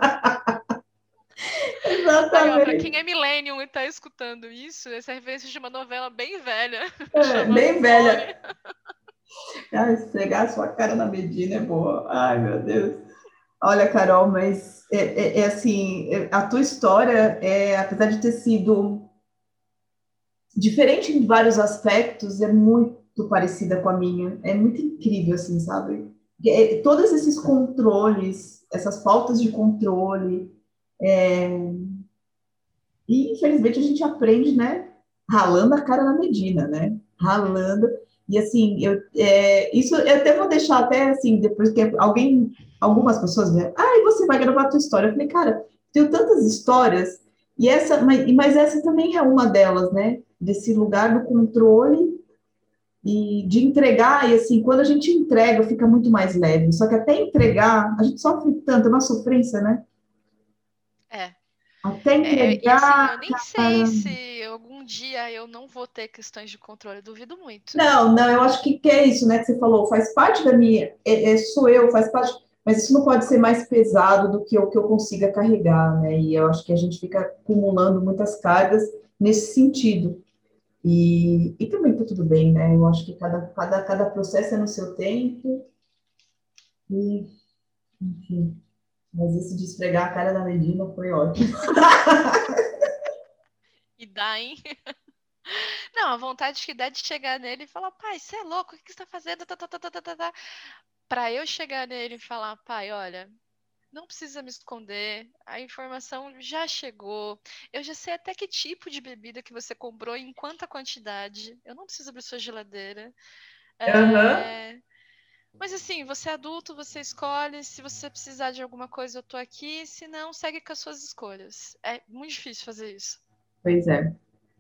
Aí, ó, pra quem Exatamente. é millennium e tá escutando isso, essa é referência de uma novela bem velha, É, chamada bem velha. Clone. Ah, esfregar a sua cara na Medina é boa. Ai, meu Deus. Olha, Carol, mas é assim, a tua história, apesar de ter sido diferente em vários aspectos, é muito parecida com a minha. É muito incrível, assim, sabe? Todos esses controles, essas faltas de controle, e infelizmente a gente aprende, né? Ralando a cara na Medina, né? Ralando. E assim, isso eu até vou deixar até assim, depois que algumas pessoas dizem, e você vai gravar a tua história. Eu falei, cara, tenho tantas histórias, mas essa também é uma delas, né? Desse lugar do controle e de entregar, e assim, quando a gente entrega, fica muito mais leve. Só que até entregar, a gente sofre tanto, é uma sofrência, né? É. Até E assim, entregar, eu nem sei se algum dia eu não vou ter questões de controle, eu duvido muito. não, não, eu acho que é isso, né, que você falou, faz parte da minha, sou eu, faz parte, mas isso não pode ser mais pesado do que o que eu consiga carregar, né, e eu acho que a gente fica acumulando muitas cargas nesse sentido, e também tá tudo bem, né, eu acho que cada processo é no seu tempo, e, enfim, mas esse de esfregar a cara da Medina foi ótimo. E dá, hein? Não, a vontade que dá de chegar nele e falar, pai, você é louco, o que você tá fazendo? Tá, tá, tá, tá, tá, tá, tá. Pra eu chegar nele e falar, pai, olha, não precisa me esconder, a informação já chegou, eu já sei até que tipo de bebida que você comprou e em quanta quantidade, eu não preciso abrir sua geladeira. Aham. É, mas assim, você é adulto, você escolhe, se você precisar de alguma coisa, eu tô aqui, se não, segue com as suas escolhas. É muito difícil fazer isso. Pois é.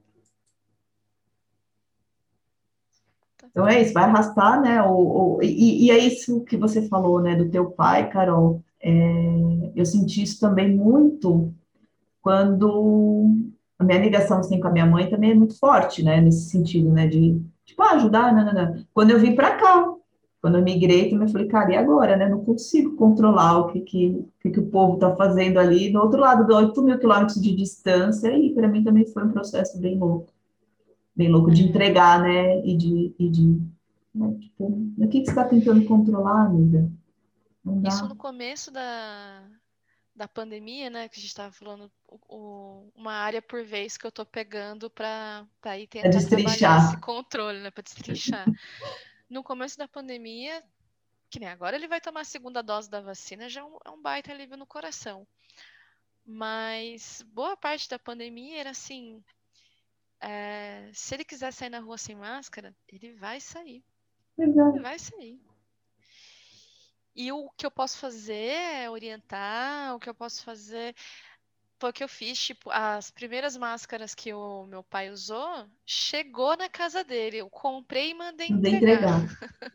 Tá. Então é isso, vai arrastar, né? E é isso que você falou, né, do teu pai, Carol. Eu senti isso também muito quando a minha ligação assim, com a minha mãe também é muito forte, né? Nesse sentido, né? De tipo, ajudar, não, não, não. Quando eu vim para cá, quando eu migrei, também falei, cara, e agora, né? Não consigo controlar o que o povo está fazendo ali do outro lado, de 8 mil quilômetros de distância, e para mim também foi um processo bem louco de É. entregar, né? E de né, tipo, o que que você está tentando controlar, amiga? Não Isso dá. no começo da pandemia, né, que a gente estava falando, uma área por vez que eu tô pegando para ir É tentar trabalhar esse destrinchar. controle, né, para destrinchar. No começo da pandemia, que nem agora ele vai tomar a segunda dose da vacina, já é um baita alívio no coração. Mas boa parte da pandemia era assim, se ele quiser sair na rua sem máscara, ele vai sair. Ele Exato. vai sair. E o que eu posso fazer é orientar, o que eu posso fazer foi o que eu fiz, tipo, as primeiras máscaras que o meu pai usou, chegou na casa dele. Eu comprei e mandei Não dei entregar. entregar.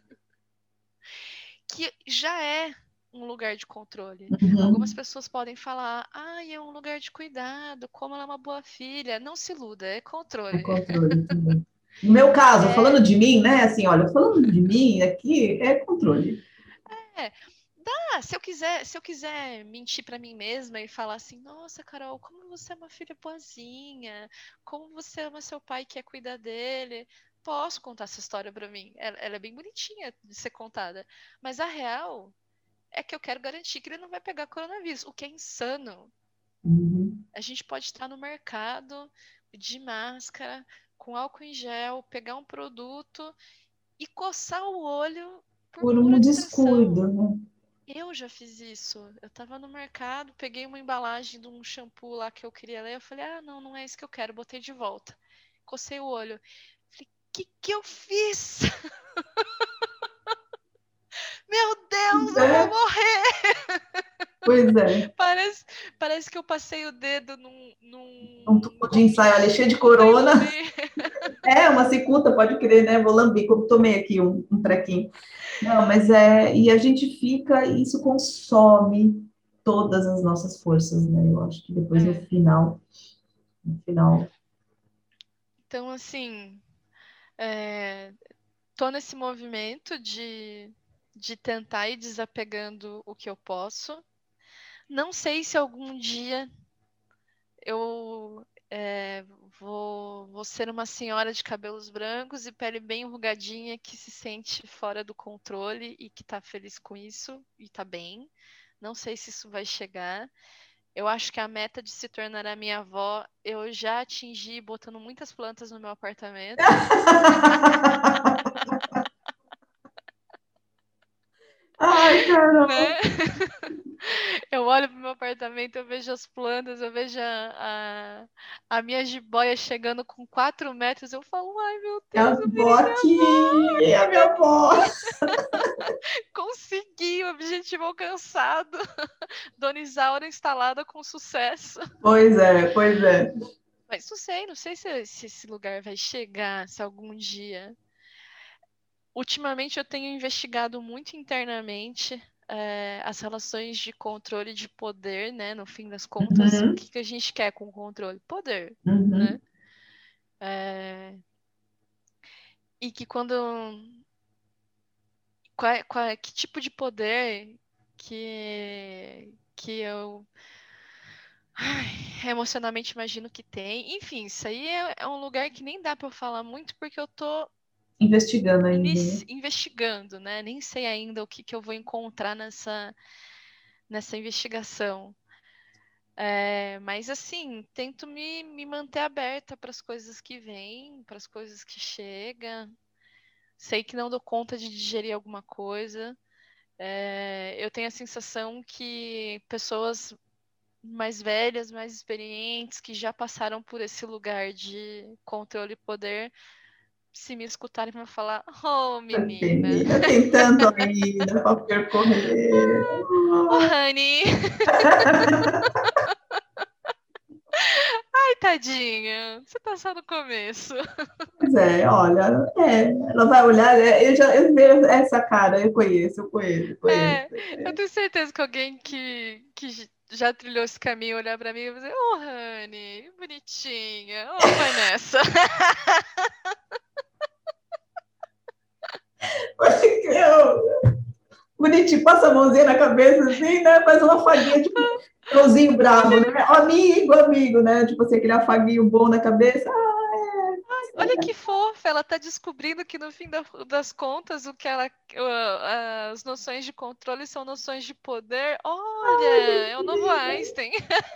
Que já é um lugar de controle. Algumas Uhum. pessoas podem falar, é um lugar de cuidado, como ela é uma boa filha. Não se iluda, é É controle. controle também. No meu caso, É, falando de mim, né? Assim, olha, falando de mim aqui, é controle. é. Se eu quiser mentir pra mim mesma e falar assim, nossa, Carol, como você é uma filha boazinha, como você ama seu pai e quer cuidar dele, posso contar essa história pra mim. Ela é bem bonitinha de ser contada. Mas a real é que eu quero garantir que ele não vai pegar coronavírus, o que é insano. Uhum. A gente pode estar no mercado de máscara, com álcool em gel, pegar um produto e coçar o olho por Por pura um distração. descuido, né? Eu já fiz isso. Eu tava no mercado, peguei uma embalagem de um shampoo lá que eu queria ler. Eu falei, não, não é isso que eu quero. Botei de volta. Cocei o olho. Falei, que eu fiz? Meu Deus, eu vou É, morrer! pois é. Parece que eu passei o dedo Um num tubo de ensaio ali cheio de cicuta e corona. lambi. É, uma cicuta, pode crer, né? Vou lamber, como tomei aqui um trequinho. Não, mas e a gente fica, e isso consome todas as nossas forças, né? Eu acho que depois É. no final, Então, assim, tô nesse movimento de tentar ir desapegando o que eu posso. Não sei se algum dia eu vou ser uma senhora de cabelos brancos e pele bem enrugadinha que se sente fora do controle e que tá feliz com isso e tá bem. Não sei se isso vai chegar. Eu acho que a meta de se tornar a minha avó eu já atingi botando muitas plantas no meu apartamento, ai, Carol, né? Eu olho pro meu apartamento, eu vejo as plantas, eu vejo a minha jiboia chegando com 4 metros. Eu falo, ai meu é a Deus, eu avó virei minha avó, aqui, é a minha avó. consegui o objetivo alcançado. Dona Isaura instalada com sucesso. Pois é, pois é. Mas não sei se esse lugar vai chegar, se algum dia. Ultimamente eu tenho investigado muito internamente as relações de controle de poder, né? No fim das contas, o Uhum, que a gente quer com o controle? Poder, né? uhum. É, e que que tipo de poder que eu emocionalmente imagino que tem. Enfim, isso aí é um lugar que nem dá pra eu falar muito porque eu tô Investigando ainda, né? investigando, né? Nem sei ainda o que eu vou encontrar nessa investigação. Mas assim, tento me manter aberta para as coisas que vêm, para as coisas que chegam. Sei que não dou conta de digerir alguma coisa. Eu tenho a sensação que pessoas mais velhas, mais experientes, que já passaram por esse lugar de controle e poder, se me escutarem, vão falar: Oh, menina, Menina, tem tanto ainda para percorrer. oh, honey, ai, tadinha, você tá só no começo. Pois é, olha, ela vai olhar, eu vejo essa cara, eu conheço. Eu tenho certeza que alguém que já trilhou esse caminho olhar pra mim e vai dizer: Oh, honey, bonitinha, oh, vai nessa. Bonitinho, passa a mãozinha na cabeça assim, né? Faz uma afaguinha, tipo, cãozinho bravo, né? Amigo, amigo, né? Tipo assim, aquele afaguinho bom na cabeça. Olha que fofa, ela tá descobrindo que no fim das contas as noções de controle são noções de poder. Olha, é o novo Einstein.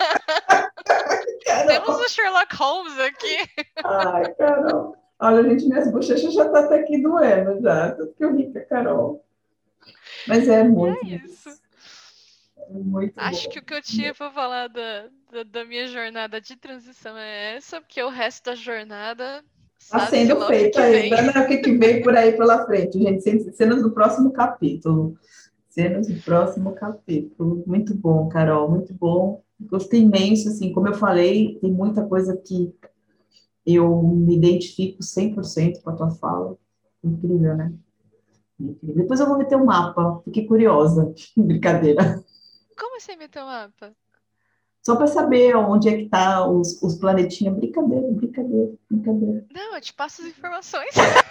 Temos Carol, o Sherlock Holmes aqui. ai, Carol. Olha, gente, minhas bochechas já tá até aqui doendo já, tudo que eu ri com a Carol. Mas é E muito é bom, isso. é muito Acho que bom. o que eu tinha pra falar da minha jornada de transição é essa, porque o resto da jornada Está sabe-se sendo lá o que feito que vem. ainda, né? O que vem por aí pela frente, gente. Cenas do próximo capítulo. Cenas do próximo capítulo. Muito bom, Carol, muito bom. Gostei imenso, assim, como eu falei, tem muita coisa que eu me identifico 100% com a tua fala. Incrível, né? Incrível. Depois eu vou meter um mapa, fiquei curiosa. Brincadeira. Como assim, meteu mapa? Só para saber onde é que tá os planetinhas. Brincadeira, brincadeira, brincadeira. Não, eu te passo as informações.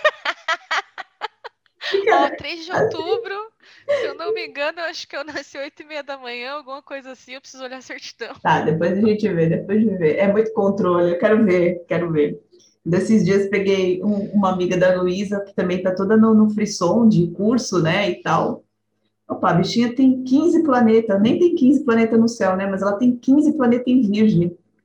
Ó, Brincadeira. 3 de outubro, se eu não me engano, eu acho que eu nasci 8h30 da manhã, alguma coisa assim, eu preciso olhar a certidão. Tá, depois a gente vê, depois de ver. É muito controle, eu quero ver, quero ver. Desses dias peguei uma amiga da Luísa, que também tá toda no frisson de curso, né, e tal. Opa, a bichinha tem 15 planetas, nem tem 15 planetas no céu, né, mas ela tem 15 planetas em Virgem.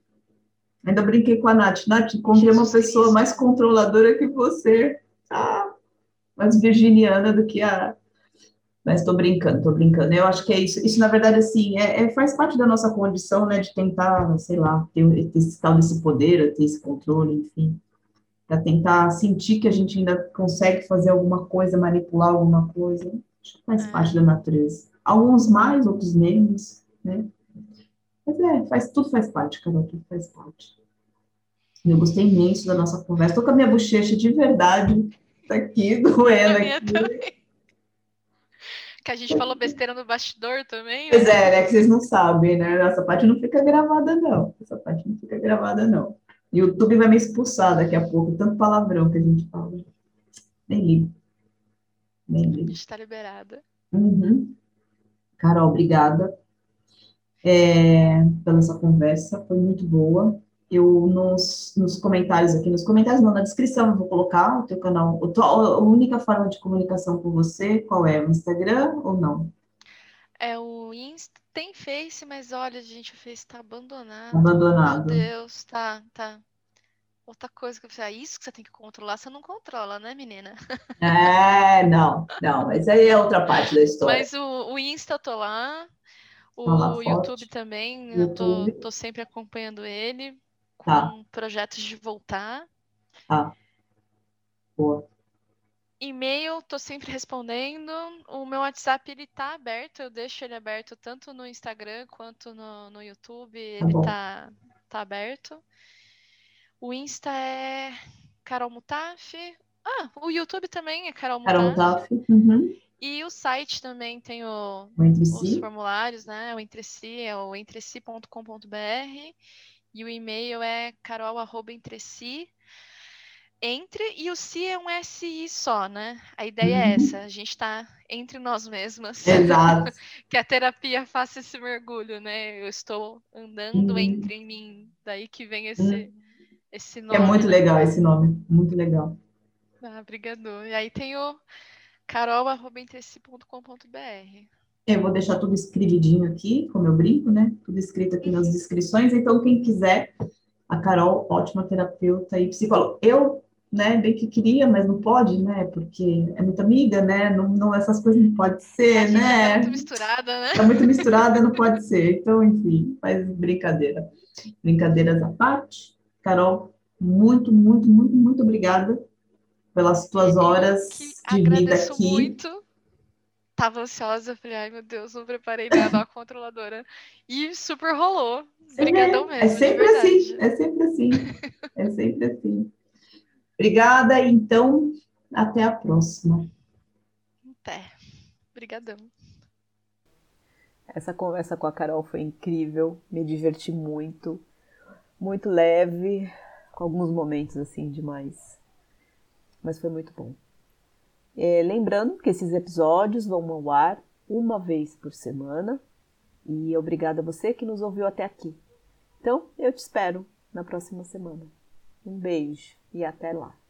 Ainda brinquei com a Nath. Nath, encontrei uma pessoa mais controladora que você. Ah, mais virginiana do que a... Mas estou brincando, estou brincando. Eu acho que é isso. Isso, na verdade, assim, faz parte da nossa condição, né? De tentar, sei lá, ter esse tal desse poder, ter esse controle, enfim. Para tentar sentir que a gente ainda consegue fazer alguma coisa, manipular alguma coisa. Acho que faz parte da natureza. Alguns mais, outros menos, né? Mas tudo faz parte, Carol, tudo faz parte. Eu gostei imenso da nossa conversa. Estou com a minha bochecha de verdade tá aqui, doendo A minha aqui. também. Que a gente falou besteira no bastidor também, Pois né? é que vocês não sabem, né? Essa parte não fica gravada, não. Essa parte não fica gravada, não. YouTube vai me expulsar daqui a pouco, tanto palavrão que a gente fala. Nem ligo, nem A ligo. gente tá liberada. Uhum. Carol, obrigada pela essa conversa, foi muito boa. Eu nos comentários aqui, nos comentários não, na descrição eu vou colocar o teu canal. A única forma de comunicação com você, qual é? O Instagram ou não? É o Insta, tem Face, mas olha, gente, o Face tá abandonado. Meu Abandonado. Deus, tá. Outra coisa que eu falei, isso que você tem que controlar, você não controla, né, menina? Não, mas aí é outra parte da história. Mas o Insta eu tô lá, Tá lá o YouTube forte, também, eu tô, YouTube, tô sempre acompanhando ele, tá, com projetos de voltar. tá, boa, E-mail, tô sempre respondendo. O meu WhatsApp, ele tá aberto, eu deixo ele aberto tanto no Instagram quanto no YouTube, tá ele bom. tá aberto. O Insta é Carol Mutaf. Ah, o YouTube também é Carol Carol Mutaf. Taff, uhum. E o site também tem O Entre os Si, formulários, né? O Entresi é o entresi.com.br e o e-mail é carol@entresi. Entre e o si é um SI só, né? A ideia é essa, uhum. a gente tá entre nós mesmas. Exato. Que a terapia faça esse mergulho, né? Eu estou andando Uhum. entre mim. Daí que vem esse, Uhum. esse É nome, muito né? legal esse nome, muito legal. Ah, brigador. E aí tem o carol@entresi.com.br. Eu vou deixar tudo escrevidinho aqui, como eu brinco, né? Tudo escrito aqui nas descrições. Então, quem quiser, a Carol, ótima terapeuta e psicóloga. Eu, né, bem que queria, mas não pode, né? Porque é muita amiga, né? Não, essas coisas não pode A ser, gente tá muito né? misturada, né? Tá muito misturada, não pode ser. Então, enfim, faz brincadeira. Brincadeiras à parte. Carol, muito, muito, muito, muito obrigada pelas tuas Eu que horas de vida agradeço aqui. muito. Tava ansiosa, falei, ai meu Deus, não preparei nada, ó, a controladora. E super rolou. Você Brigadão vê, é mesmo, de sempre assim, verdade. é sempre assim, é sempre assim. Obrigada, então, até a próxima. Até. Brigadão. Essa conversa com a Carol foi incrível, me diverti muito, muito leve, com alguns momentos assim demais, mas foi muito bom. Lembrando que esses episódios vão ao ar uma vez por semana e obrigada a você que nos ouviu até aqui. Então, eu te espero na próxima semana. Um beijo e até lá.